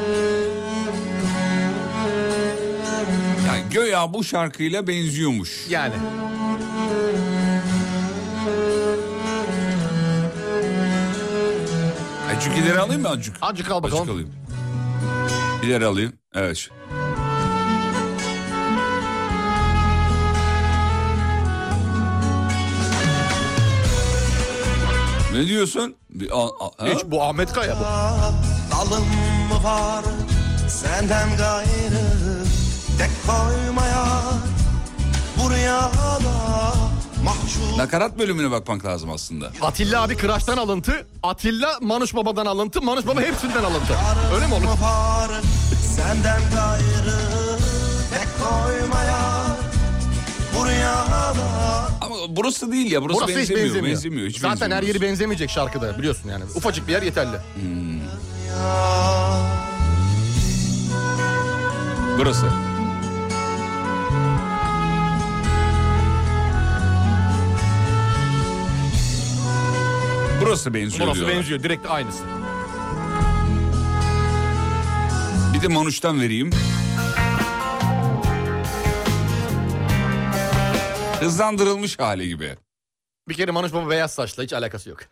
S4: Yani göya bu şarkıyla benziyormuş.
S5: Yani.
S4: Azıcık ileri alayım mı azıcık?
S5: Azıcık al bakalım.
S4: Azıcık alayım. İleri alayım. Evet. Ne diyorsun? Bir, a, a, ha?
S5: Hiç, bu Ahmet Kaya bu.
S2: Dalım mı var senden gayrı, tek koymaya buraya da mahcup.
S4: Nakarat bölümüne bakmak lazım aslında.
S5: Atilla abi Kıraç'tan alıntı. Atilla Manuş Baba'dan alıntı. Manuş Baba hepsinden alıntı. Öyle mi olur?
S2: Dalım mı var senden gayrı, tek koymaya buraya da.
S4: Ama burası değil ya. Burası,
S5: Burası hiç
S4: benzemiyor.
S5: benzemiyor.
S4: benzemiyor. Hiç
S5: Zaten
S4: benzemiyor
S5: her yeri
S4: burası.
S5: benzemeyecek şarkıda biliyorsun yani. Ufacık bir yer yeterli.
S4: Hmm. Burası. Burası benziyor
S5: Burası
S4: diyorlar.
S5: benziyor. Direkt aynısı.
S4: Bir de Manuş'tan vereyim. Hızlandırılmış hali gibi.
S5: Bir kere Manuş Baba beyaz saçla hiç alakası yok.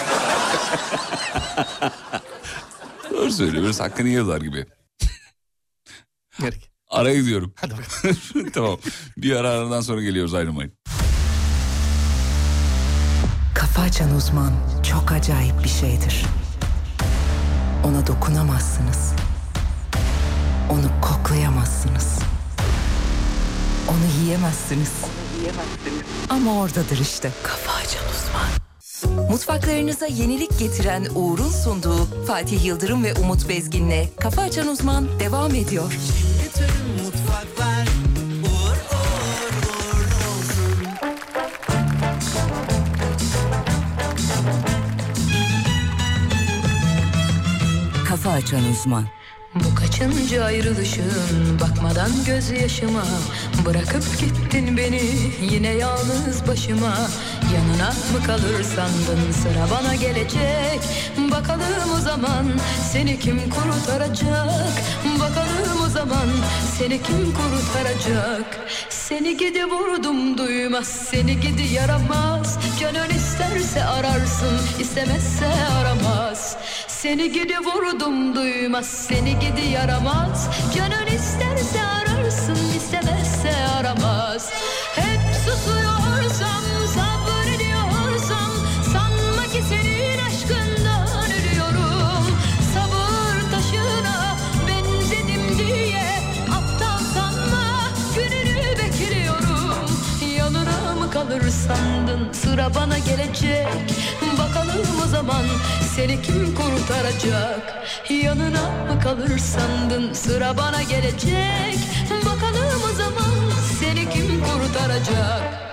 S4: Doğru söylüyor. Biraz hakkını yiyorlar gibi.
S5: Gerek.
S4: Araya gidiyorum.
S5: Hadi bakalım.
S4: Tamam. Bir ara aradan sonra geliyoruz, ayrılmayın.
S1: Kafa Açan Uzman çok acayip bir şeydir. Ona dokunamazsınız. Onu koklayamazsınız. Onu yiyemezsiniz. Ama oradadır işte. Kafa Açan Uzman. Mutfaklarınıza yenilik getiren Uğur'un sunduğu Fatih Yıldırım ve Umut Bezgin'le Kafa Açan Uzman devam ediyor.
S2: Bütün mutfaklar uğur uğur uğurlu olsun.
S1: Kafa Açan Uzman.
S6: Bu kaçıncı ayrılışın, bakmadan gözyaşıma, bırakıp gittin beni yine yalnız başıma. Yanına mı kalır sandın, sıra bana gelecek. Bakalım o zaman seni kim kurtaracak. Bakalım o zaman seni kim kurtaracak. Seni gidi vurdum duymaz, seni gidi yaramaz. Canın isterse ararsın, istemezse aramaz. Seni gidi vurdum duymaz, seni gidi yaramaz. Canın isterse ararsın, istemezse aramaz. Hep susuyorsam, sabrediyorsam, sanma ki senin aşkından ölüyorum. Sabır taşına benzedim diye aptal sanma, gününü bekliyorum. Yanına mı kalır sandın, sıra bana gelecek. Bakalım o zaman seni kim kurtaracak. Yanına mı kalır sandın, sıra bana gelecek. Bakalım o zaman seni kim kurtaracak.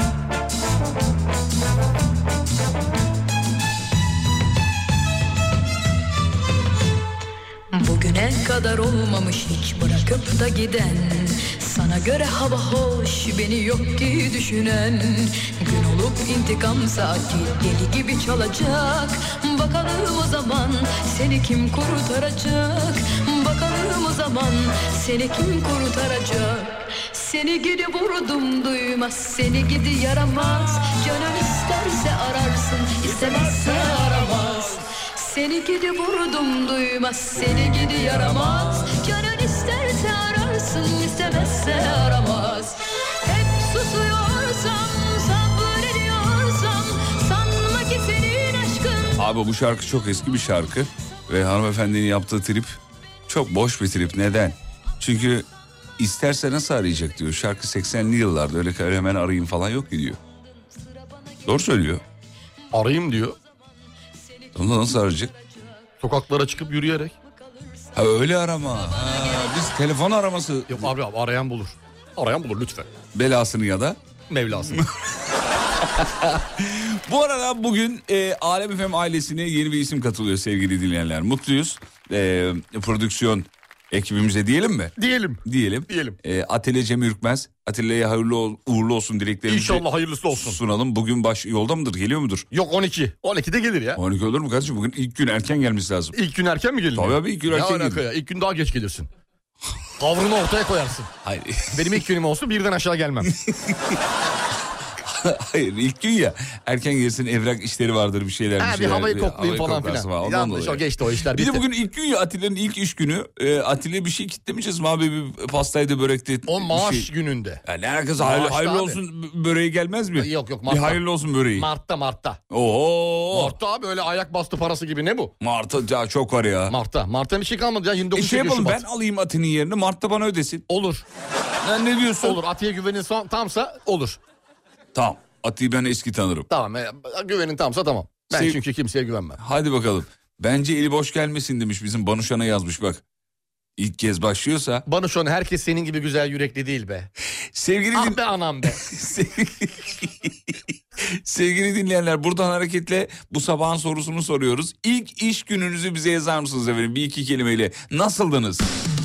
S6: Bugüne kadar olmamış hiç bırakıp da giden, sana göre hava hoş beni yok ki düşünen. Gün olup intikam saati deli gibi çalacak. Bakalım o zaman seni kim kurtaracak. Bakalım o zaman seni kim kurtaracak. Seni gidi vurdum duymaz, seni gidi yaramaz. Canın isterse ararsın, istemezse aramaz. Seni gidi vurdum duymaz, seni gidi yaramaz. Canın isterse ararsın, istemezse aramaz. Hep susuyorsam, sabrediyorsam, sanma ki senin aşkın.
S4: Abi bu şarkı çok eski bir şarkı ve hanımefendinin yaptığı trip çok boş bir trip. Neden? Çünkü isterse nasıl arayacak diyor. Şarkı seksenli yıllarda, öyle öyle hemen arayayım falan yok ki diyor. Doğru söylüyor.
S5: Arayayım diyor.
S4: Onu nasıl arayacak?
S5: Sokaklara çıkıp yürüyerek.
S4: Ha öyle arama. Ha, biz telefon araması
S5: Yok abi abi arayan bulur. Arayan bulur lütfen.
S4: belasını ya da.
S5: Mevlasını.
S4: Bu arada bugün e, Alem F M ailesine yeni bir isim katılıyor sevgili dinleyenler. Mutluyuz. E, prodüksiyon ekibimize diyelim mi?
S5: Diyelim.
S4: Diyelim.
S5: Diyelim.
S4: E, Atilla Cem Ürkmez. Atilla'ya hayırlı ol- uğurlu olsun dileklerimizi
S5: İnşallah hayırlısı olsun.
S4: sunalım. Bugün baş yolda mıdır? Geliyor mudur?
S5: Yok on iki. on ikide gelir ya.
S4: on iki olur mu kardeşim? Bugün ilk gün erken gelmesi lazım.
S5: İlk gün erken mi gelir?
S4: Tabii abi, ilk gün
S5: Ne
S4: erken
S5: alaka
S4: gelir.
S5: ya? İlk gün daha geç gelirsin. Kavrunu ortaya koyarsın.
S4: Hayır.
S5: Benim ilk günüm olsun birden aşağı gelmem.
S4: Hayır, ilk gün ya. Erken gelirsin, evrak işleri vardır, bir şeyler.
S5: Ha,
S4: bir
S5: bir
S4: şeyler,
S5: havayı koklayayım falan
S4: koklarsın
S5: filan.
S4: Ondan
S5: Yanlış,
S4: dolayı.
S5: o geçti o işler
S4: Bir
S5: bitti.
S4: de bugün ilk gün ya, Atilla'nın ilk iş günü. E, Atilla'ya bir şey kitlemeyeceğiz mi abi? Bir pastaydı, börekti.
S5: O
S4: bir
S5: maaş
S4: şey.
S5: gününde.
S4: Ya ne alakası, hayırlı,
S5: Maaşta
S4: hayırlı
S5: abi.
S4: olsun böreği gelmez mi?
S5: Yok yok
S4: Bir
S5: Mart'ta.
S4: hayırlı olsun böreği.
S5: Mart'ta Mart'ta.
S4: Oo.
S5: Mart'ta abi öyle ayak bastı parası gibi ne bu?
S4: Mart'a ya çok var ya.
S5: Mart'ta. Mart'ta bir şey kalmadı ya yirmi
S4: E
S5: dokuz
S4: şey yapalım,
S5: Şubat.
S4: ben alayım Atin'in yerini, Mart'ta bana ödesin.
S5: Olur.
S4: Sen ne diyorsun?
S5: Olur. Atiye güvenin son, tamsa olur.
S4: Tamam. Ati'yi ben eski tanırım.
S5: Tamam. E, güvenin tamsa tamam. Ben
S4: Sev-
S5: çünkü kimseye güvenmem.
S4: Hadi bakalım. Bence eli boş gelmesin demiş, bizim Banuşan'a yazmış bak. İlk kez başlıyorsa.
S5: Bana şu an herkes senin gibi güzel yürekli değil be.
S4: Sevgili
S5: Ah
S4: din...
S5: be anam be.
S4: Sevgili dinleyenler, buradan hareketle bu sabahın sorusunu soruyoruz. İlk iş gününüzü bize yazar mısınız efendim? Bir iki kelimeyle. Nasıldınız?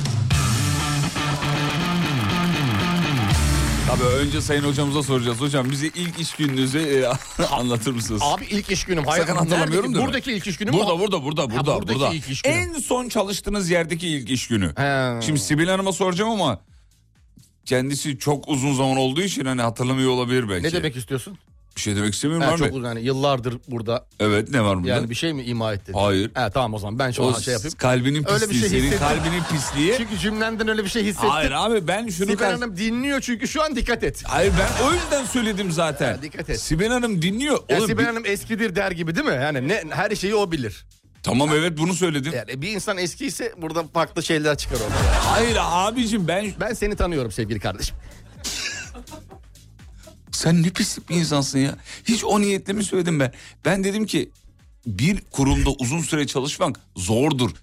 S4: Tabii önce Sayın Hocamıza soracağız. Hocam bize ilk iş gününüzü e, anlatır mısınız?
S5: Abi ilk iş günüm. Hayır,
S4: sakın hatırlamıyorum değil mi?
S5: Buradaki ilk iş günüm.
S4: Burada, burada, burada, burada.
S5: Ha, buradaki
S4: burada.
S5: ilk iş günüm.
S4: En son çalıştığınız yerdeki ilk iş günü.
S5: He.
S4: Şimdi Sibel Hanım'a soracağım ama kendisi çok uzun zaman olduğu için hani hatırlamıyor olabilir belki.
S5: Ne demek istiyorsun?
S4: Bir şey demek istemiyorum
S5: Ha,
S4: abi.
S5: çok uzun, yani yıllardır burada.
S4: Evet, ne var burada?
S5: Yani bir şey mi ima ettin?
S4: Hayır.
S5: He, tamam o zaman ben şu
S4: O
S5: an şey yapayım.
S4: kalbinin pisliği,
S5: Öyle bir şey
S4: senin
S5: hissettim.
S4: kalbinin pisliği.
S5: Çünkü cümlenden öyle bir şey hissettim.
S4: Hayır abi, ben şunu...
S5: Sibel
S4: kast-
S5: Hanım dinliyor çünkü şu an, dikkat et.
S4: Hayır, ben o yüzden söyledim zaten.
S5: Ha, dikkat et.
S4: Sibel Hanım dinliyor.
S5: Ya
S4: Oğlum,
S5: Sibel
S4: bir-
S5: Hanım eskidir der gibi değil mi? Yani ne, her şeyi o bilir.
S4: Tamam, evet, bunu söyledim.
S5: Yani bir insan eskiyse burada farklı şeyler çıkar ortaya.
S4: Hayır abicim, ben...
S5: Ben seni tanıyorum sevgili kardeşim.
S4: Sen ne pislik bir insansın ya. Hiç o niyetle mi söyledim ben? Ben dedim ki bir kurumda uzun süre çalışmak zordur.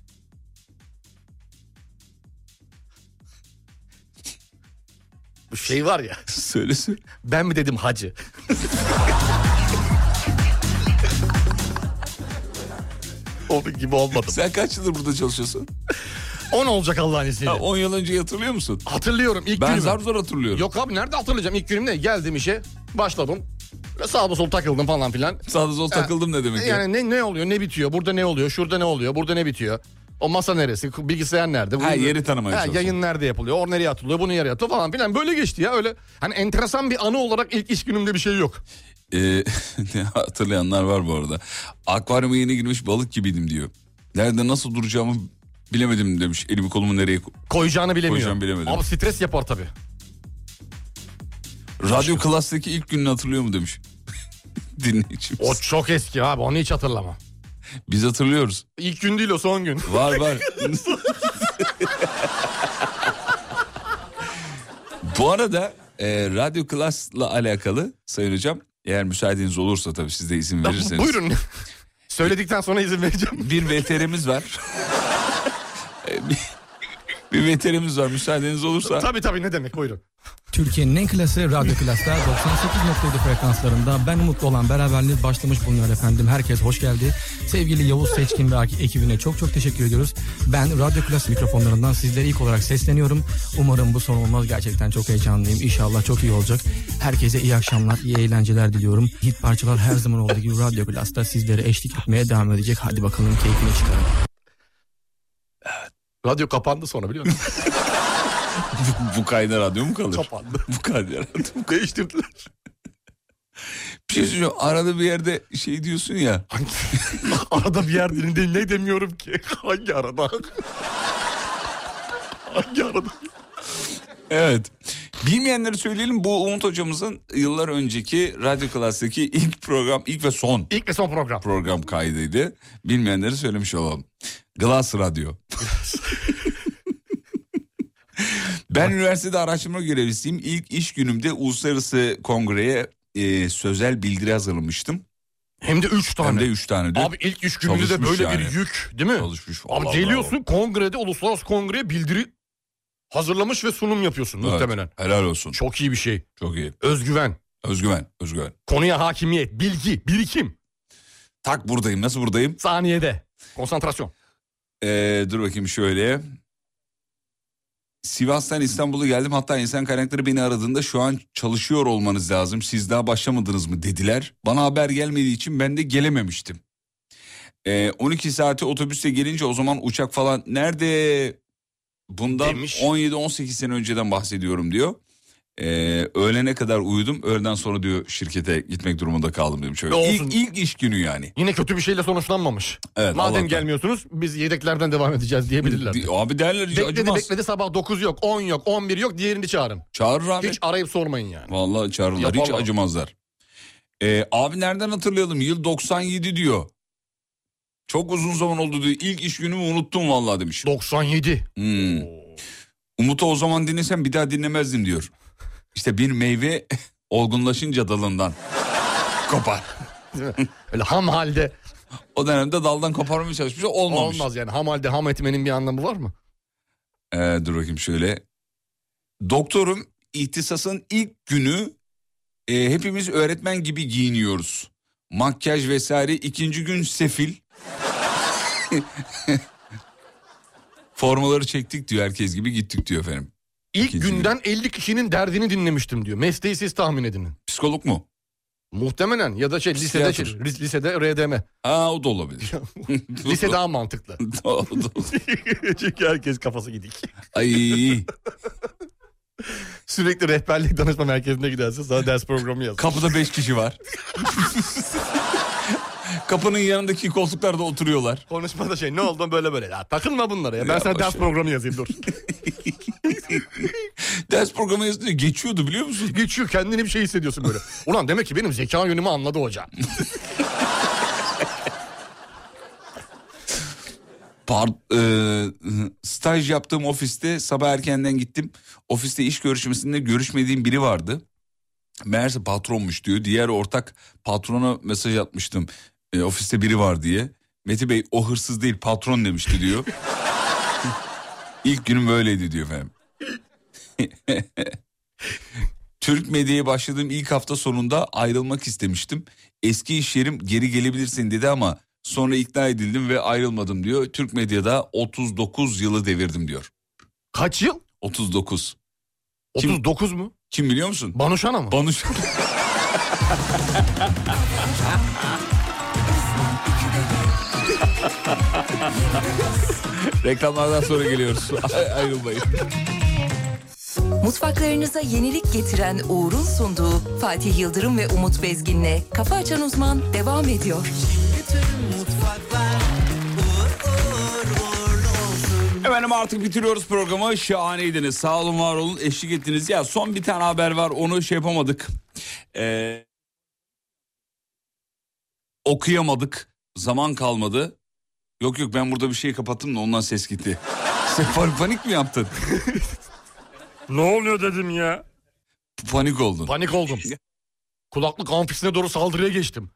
S5: Bu şey var ya.
S4: Söyle söyle.
S5: Ben mi dedim hacı? Onun gibi olmadım.
S4: Sen kaç yıldır burada çalışıyorsun?
S5: on olacak Allah'ın izniyle.
S4: on yıl önce hatırlıyor musun?
S5: Hatırlıyorum ilk
S4: Ben
S5: günümü.
S4: zar zor hatırlıyorum.
S5: Yok abi, nerede hatırlayacağım ilk günümde? Geldim işe, başladım. Sağda sol takıldım falan filan.
S4: Sağda sol takıldım ne demek ya?
S5: Yani ne, ne oluyor, ne bitiyor, burada ne oluyor, şurada ne oluyor, burada ne bitiyor? O masa neresi, bilgisayar nerede?
S4: Ha, yeri tanımaya
S5: ha,
S4: çalışıyorum.
S5: Yayın nerede yapılıyor, o nereye atılıyor, bu nereye atılıyor falan filan. Böyle geçti ya öyle. Hani enteresan bir anı olarak ilk iş günümde bir şey yok.
S4: Ee, hatırlayanlar var bu arada. Akvaryuma yeni girmiş balık gibiydim diyor. Nerede nasıl duracağımı bilemedim demiş. Elimi kolumu nereye ko-
S5: Koyacağını bilemiyor.
S4: Koyacağımı bilemedim.
S5: Abi stres yapar tabii.
S4: Radyo Klas'taki ilk gününü hatırlıyor mu demiş. Dinleyicimiz.
S5: O çok eski abi, onu hiç hatırlamam.
S4: Biz hatırlıyoruz.
S5: İlk gün değil o, son gün.
S4: Var var. Bu arada e, Radyo Klas'la alakalı Sayın Hocam, eğer müsaadeniz olursa tabii, siz de izin verirseniz.
S5: Buyurun. Söyledikten sonra izin vereceğim.
S4: Bir V T R'miz var. bir, bir V T R'miz var, müsaadeniz olursa.
S5: Tabii tabii, ne demek, buyurun.
S9: Türkiye'nin en klası Radyo Klas'ta doksan sekiz nokta yedi frekanslarında Ben Umutlu olan beraberliğiniz başlamış bulunuyor efendim. Herkes hoş geldi. Sevgili Yavuz Seçkin ve ekibine çok çok teşekkür ediyoruz. Ben Radyo Klas mikrofonlarından sizlere ilk olarak sesleniyorum. Umarım bu son olmaz. Gerçekten çok heyecanlıyım. İnşallah çok iyi olacak. Herkese iyi akşamlar, iyi eğlenceler diliyorum. Hit parçalar her zaman olduğu gibi Radyo Klas'ta sizlere eşlik etmeye devam edecek. Hadi bakalım, keyfini çıkarın.
S5: Evet. Radyo kapandı sonra, biliyor musun?
S4: Bu kayda radyo mu kalır?
S5: Kapandı.
S4: Bu kayda radyo mu?
S5: Değiştirdiler.
S4: Bir şey söyleyeceğim. Arada bir yerde şey diyorsun ya.
S5: Hangi? Arada bir yerde ne demiyorum ki? Hangi arada? Hangi arada?
S4: Evet. Bilmeyenleri söyleyelim. Bu Umut hocamızın yıllar önceki Radyo Klas'taki ilk program, ilk ve son.
S5: İlk ve son program.
S4: Program kaydıydı. Bilmeyenleri söylemiş olalım. Glass Radyo. Ben üniversitede araştırma görevlisiyim. İlk iş günümde uluslararası kongreye e, sözel bildiri hazırlamıştım.
S5: Hem de üç tane.
S4: Hem de üç tane de.
S5: Abi ilk iş gününde de böyle
S4: yani.
S5: bir yük değil mi?
S4: Çalışmış.
S5: Abi
S4: Allah
S5: geliyorsun
S4: Allah.
S5: kongrede, uluslararası kongreye bildiri hazırlamış ve sunum yapıyorsun
S4: Evet,
S5: muhtemelen.
S4: helal olsun.
S5: Çok iyi bir şey.
S4: Çok iyi.
S5: Özgüven.
S4: Özgüven. Özgüven.
S5: Konuya hakimiyet, bilgi, birikim.
S4: Tak buradayım. Nasıl buradayım?
S5: Saniyede. Konsantrasyon.
S4: Ee, dur bakayım şöyle. Sivas'tan İstanbul'a geldim. Hatta insan kaynakları beni aradığında şu an çalışıyor olmanız lazım. Siz daha başlamadınız mı dediler. Bana haber gelmediği için ben de gelememiştim. Ee, on iki saate otobüste gelince o zaman uçak falan nerede? Bundan
S5: Demiş.
S4: on yedi on sekiz sene önceden bahsediyorum diyor. Ee, öğlene kadar uyudum. Öğleden sonra diyor şirkete gitmek durumunda kaldım demiş. Şöyle.
S5: Olsun.
S4: İlk, ilk iş günü yani.
S5: Yine kötü bir şeyle sonuçlanmamış.
S4: Evet,
S5: Madem
S4: Allah'tan.
S5: gelmiyorsunuz biz yedeklerden devam edeceğiz diyebilirler.
S4: Abi derler hiç
S5: Bekledi
S4: acımaz.
S5: bekledi, sabah dokuz yok, on yok, on bir yok, diğerini çağırın.
S4: Çağırır abi.
S5: Hiç arayıp sormayın yani.
S4: Vallahi çağırırlar. Hiç
S5: Yaparlar.
S4: acımazlar. Ee, abi nereden hatırlayalım? Yıl doksan yedi diyor. Çok uzun zaman oldu diyor. İlk iş günümü unuttum vallahi demiş.
S5: doksan yedi.
S4: Hmm. Umut'u o zaman dinlesem bir daha dinlemezdim diyor. İşte bir meyve olgunlaşınca dalından kopar.
S5: Öyle ham halde
S4: O dönemde daldan koparmaya çalışmış, olmamış.
S5: olmaz yani. Ham halde ham etmenin bir anlamı var mı?
S4: Ee, dur bakayım şöyle. Doktorum ihtisasın ilk günü E, hepimiz öğretmen gibi giyiniyoruz. Makyaj vesaire. İkinci gün sefil. Formaları çektik diyor, herkes gibi gittik diyor efendim.
S5: İlk
S4: İkinci
S5: günden gün. elli kişinin derdini dinlemiştim diyor. Mesleği siz tahmin edin.
S4: Psikolog mu?
S5: Muhtemelen ya da şey lisede şey, lisede R D M.
S4: Aa, o da olabilir.
S5: Lise daha mantıklı.
S4: O da
S5: Çünkü herkes kafası gidik.
S4: Ay.
S5: Sürekli rehberlik danışma merkezine gidersin, sana ders programı yaz.
S4: Kapıda beş kişi var. Kapının yanındaki koltuklarda oturuyorlar.
S5: Konuşmada şey, ne oldu böyle böyle. Ya, takılma bunlara ya. Ben ya sana boş ders ya. programı yazayım, dur.
S4: Ders programı yazınca geçiyordu, biliyor musun?
S5: Geçiyor, kendini bir şey hissediyorsun böyle. Ulan demek ki benim zeka yönümü anladı hoca.
S4: Part, e, staj yaptığım ofiste sabah erkenden gittim. Ofiste iş görüşmesinde görüşmediğim biri vardı. Meğerse patronmuş diyor. Diğer ortak patrona mesaj atmıştım. E, ofiste biri var diye. Mete Bey o hırsız değil, patron demişti diyor. İlk günüm böyleydi diyor efendim. Türk medyaya başladığım ilk hafta sonunda ayrılmak istemiştim. Eski iş yerim geri gelebilirsin dedi ama sonra ikna edildim ve ayrılmadım diyor. Türk medyada otuz dokuz yılı devirdim diyor.
S5: Kaç yıl?
S4: otuz dokuz.
S5: otuz dokuz mu?
S4: Kim biliyor musun?
S5: Banuşana mı?
S4: Banuşana. Reklamlardan sonra geliyoruz. Ayrılmayın.
S1: Mutfaklarınıza yenilik getiren Uğur'un sunduğu Fatih Yıldırım ve Umut Bezgin'le Kafa Açan Uzman devam ediyor.
S4: Efendim artık bitiriyoruz programı. Şahaneydiniz. Sağ olun, var olun. Eşlik ettiniz. Ya son bir tane haber var. Onu şey yapamadık. Ee, okuyamadık. Zaman kalmadı. Yok yok, ben burada bir şey kapattım da ondan ses gitti. Sen panik mi yaptın?
S5: Ne oluyor dedim ya.
S4: Panik oldun.
S5: Panik oldum. Kulaklık amfisine doğru saldırıya geçtim.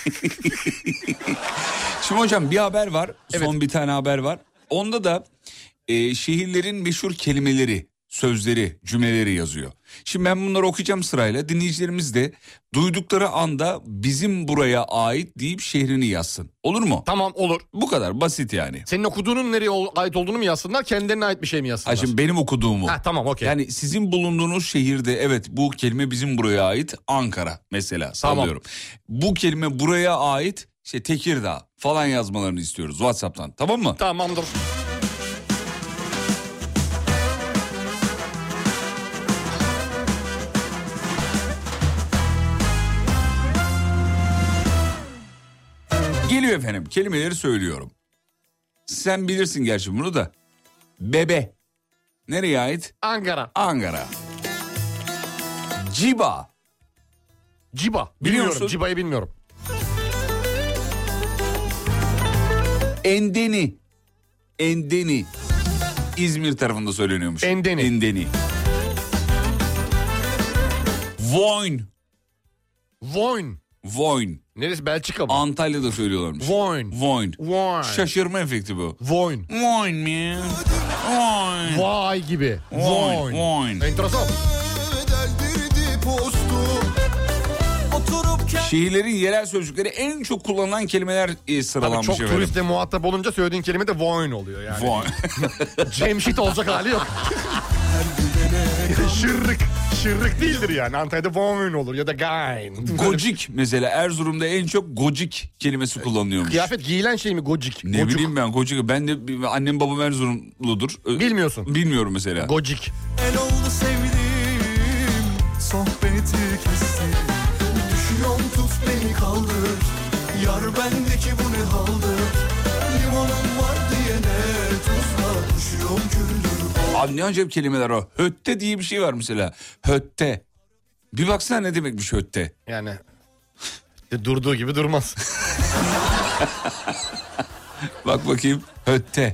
S4: Şimdi hocam bir haber var.
S5: Evet.
S4: Son bir tane haber var. Onda da e, şehirlerin meşhur kelimeleri, sözleri, cümleleri yazıyor. Şimdi ben bunları okuyacağım sırayla. Dinleyicilerimiz de duydukları anda bizim buraya ait deyip şehrini yazsın. Olur mu?
S5: Tamam, olur.
S4: Bu kadar basit yani.
S5: Senin okuduğunun nereye ait olduğunu mu yazsınlar, kendilerine ait bir şey mi yazsınlar?
S4: Ha, şimdi benim okuduğumu.
S5: Ha, tamam, okey.
S4: Yani sizin bulunduğunuz şehirde, evet bu kelime bizim buraya ait, Ankara mesela, sallıyorum. Tamam. Bu kelime buraya ait işte Tekirdağ falan yazmalarını istiyoruz WhatsApp'tan, tamam mı?
S5: Tamamdır.
S4: Geliyor efendim, kelimeleri söylüyorum. Sen bilirsin gerçi bunu da. Bebe. Nereye ait?
S5: Ankara.
S4: Ankara. Ciba.
S5: Ciba.
S4: Biliyor
S5: Bilmiyorum.
S4: musun?
S5: Ciba'yı bilmiyorum.
S4: Endeni. Endeni. İzmir tarafında söyleniyormuş.
S5: Endeni.
S4: Endeni. Voyn.
S5: Voyn.
S4: Voyn.
S5: Neresi, Belçika mı?
S4: Antalya'da söylüyorlarmış.
S5: Voyn.
S4: Voyn.
S5: Voyn.
S4: Şaşırma efekti bu.
S5: Voyn.
S4: Voyn man. Voyn.
S5: Vay gibi.
S4: Voyn. Voyn.
S5: Enteresan.
S4: Şehirlerin yerel sözcükleri en çok kullanılan kelimeler e, sıralanmış
S5: Tabii çok
S4: efendim.
S5: turistle muhatap olunca söylediğin kelime de Voyn oluyor yani.
S4: Voyn.
S5: Cemşit olacak hali yok. Şırrık. Şırrık değildir yani. Antalya'da Voyn olur ya da Gayn.
S4: Gocik mesela, Erzurum'da en çok gocik kelimesi kullanılıyormuş.
S5: Kıyafet giyilen şey mi gocik?
S4: Ne
S5: Gocuk.
S4: bileyim ben gocik. Ben de annem babam Erzurumludur.
S5: Bilmiyorsun.
S4: Bilmiyorum mesela.
S5: Gocik.
S2: El oldu sevdiğim, sohbeti kestim. Düşüyorum, tut beni kaldır. Yar bendeki bu ne haldır? Limonum var diyene tuzla düşüyorum küldür.
S4: Abi ne acayip kelimeler o. Hötte diye bir şey var mesela. Hötte. Bir baksana ne demekmiş hötte.
S5: Yani durduğu gibi durmaz.
S4: Bak bakayım. Hötte.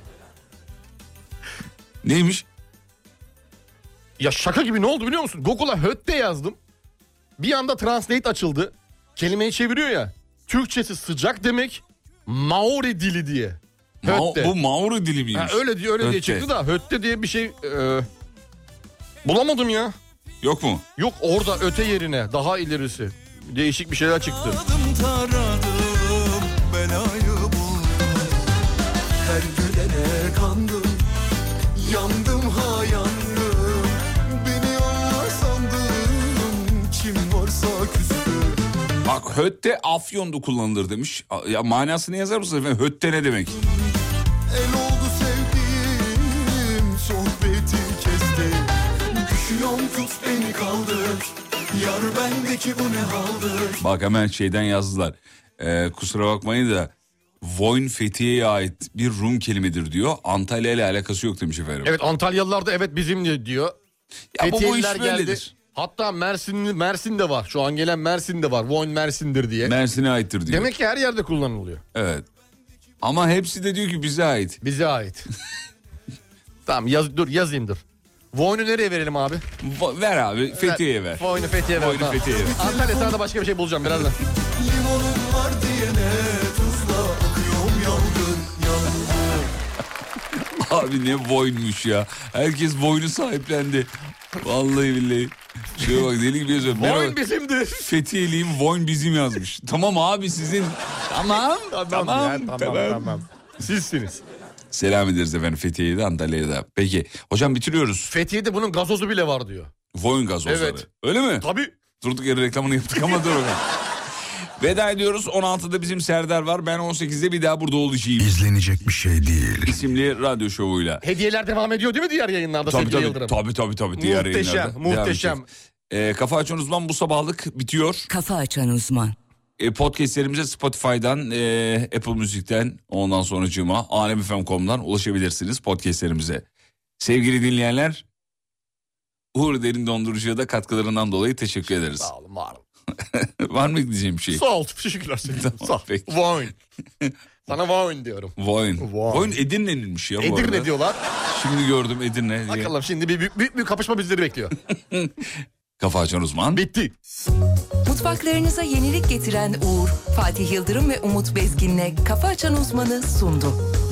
S4: Neymiş?
S5: Ya şaka gibi, ne oldu biliyor musun? Google'a hötte yazdım. Bir anda Translate açıldı. Kelimeyi çeviriyor ya. Türkçesi sıcak demek. Maori dili diye.
S4: Ma-
S5: Hötte.
S4: bu Maori dili miymiş?
S5: Ha, öyle diye öyle
S4: Hötte.
S5: diye çıktı da hötte diye bir şey e, bulamadım ya.
S4: Yok mu?
S5: Yok, orada öte yerine daha ilerisi. Değişik bir şeyler çıktı.
S2: Taradım taradım belayı buldum. Her gülene kandım, yandım ha yandım. Beni Allah sandım, kim varsa küstü.
S4: Bak hötte Afyon'da kullanılır demiş. Ya manasını yazar mısın efendim? Hötte ne demek?
S2: El oldu sevdiğim, sohbeti kesti. Düşüyorum tut beni kaldır, yar bendeki bu ne haldır.
S4: Bak hemen şeyden yazdılar. Ee, kusura bakmayın da Voyn Fethiye'ye ait bir Rum kelimedir diyor. Antalya ile alakası yok demiş efendim.
S5: Evet, Antalyalılar da evet bizim diyor.
S4: Ya bu, bu iş
S5: Fethiyeliler
S4: böyledir.
S5: Hatta Mersin, Mersin de var. Şu an gelen Mersin de var. Voyn Mersin'dir diye.
S4: Mersin'e aittir diyor.
S5: Demek ki her yerde kullanılıyor.
S4: Evet. Ama hepsi de diyor ki bize ait.
S5: Bize ait. Tamam yaz, dur yazayım dur. Voyn'u nereye verelim abi?
S4: Va- ver abi Fethiye'ye ver.
S5: Voyn'u Fethiye'ye ver.
S4: Voyn'u
S5: Tamam.
S4: Fethiye'ye ver.
S5: Antalya sana da başka bir şey bulacağım birazdan.
S2: Limonum var diyene tuzla akıyorum yangın yangın.
S4: Abi ne Voyn'muş ya. Herkes Voyn'u sahiplendi. Vallahi billahi. Şöyle bak deli gibi yazıyor.
S5: Voyn bizimdir.
S4: Fethiyeliyim, Voyn bizim yazmış. Tamam abi sizin. Tamam.
S5: Tamam,
S4: tamam,
S5: ya, tamam,
S4: tamam.
S5: tamam. Sizsiniz.
S4: Selam ederiz efendim Fethiye'ye de Antalya'ya da. Peki hocam bitiriyoruz.
S5: Fethiye'de bunun gazozu bile var diyor.
S4: Voyn gazozları.
S5: Evet.
S4: Öyle mi?
S5: Tabii.
S4: Durduk yere reklamını yaptık ama dur bakalım. Veda ediyoruz. on altıda bizim Serdar var. Ben on sekizde bir daha burada olacağım.
S10: İzlenecek bir şey değil.
S4: İsimli radyo şovuyla.
S5: Hediyeler devam ediyor değil mi diğer yayınlarda
S4: Tabii
S5: sevgili
S4: tabii,
S5: Yıldırım?
S4: tabii tabii tabii. Diğer
S5: Muhteşem,
S4: yayınlarda devam
S5: muhteşem.
S4: edeceğiz. Ee, Kafa Açan Uzman bu sabahlık bitiyor.
S1: Kafa Açan Uzman.
S4: E, podcastlerimize Spotify'dan, e, Apple Müzik'ten, ondan sonracığıma alem f m nokta com'dan ulaşabilirsiniz podcastlerimize. Sevgili dinleyenler, Uğur Derin Dondurucu'ya da katkılarından dolayı teşekkür ederiz.
S5: Sağ olun, var olun.
S4: Var mı diyeceğim bir şey?
S5: Sağ ol, teşekkürler.
S4: Tamam,
S5: Sağ ol.
S4: peki.
S5: Voyn. Sana Voyn diyorum.
S4: Voyn.
S5: Voyn.
S4: Voyn Edirne'ninmiş ya bu arada.
S5: Edirne diyorlar.
S4: Şimdi gördüm Edirne diye.
S5: Bakalım şimdi bir büyük, büyük bir kapışma bizleri bekliyor.
S4: Kafa Açan Uzman.
S5: Bitti.
S1: Mutfaklarınıza yenilik getiren Uğur, Fatih Yıldırım ve Umut Bezgin'le Kafa Açan Uzman'ı sundu.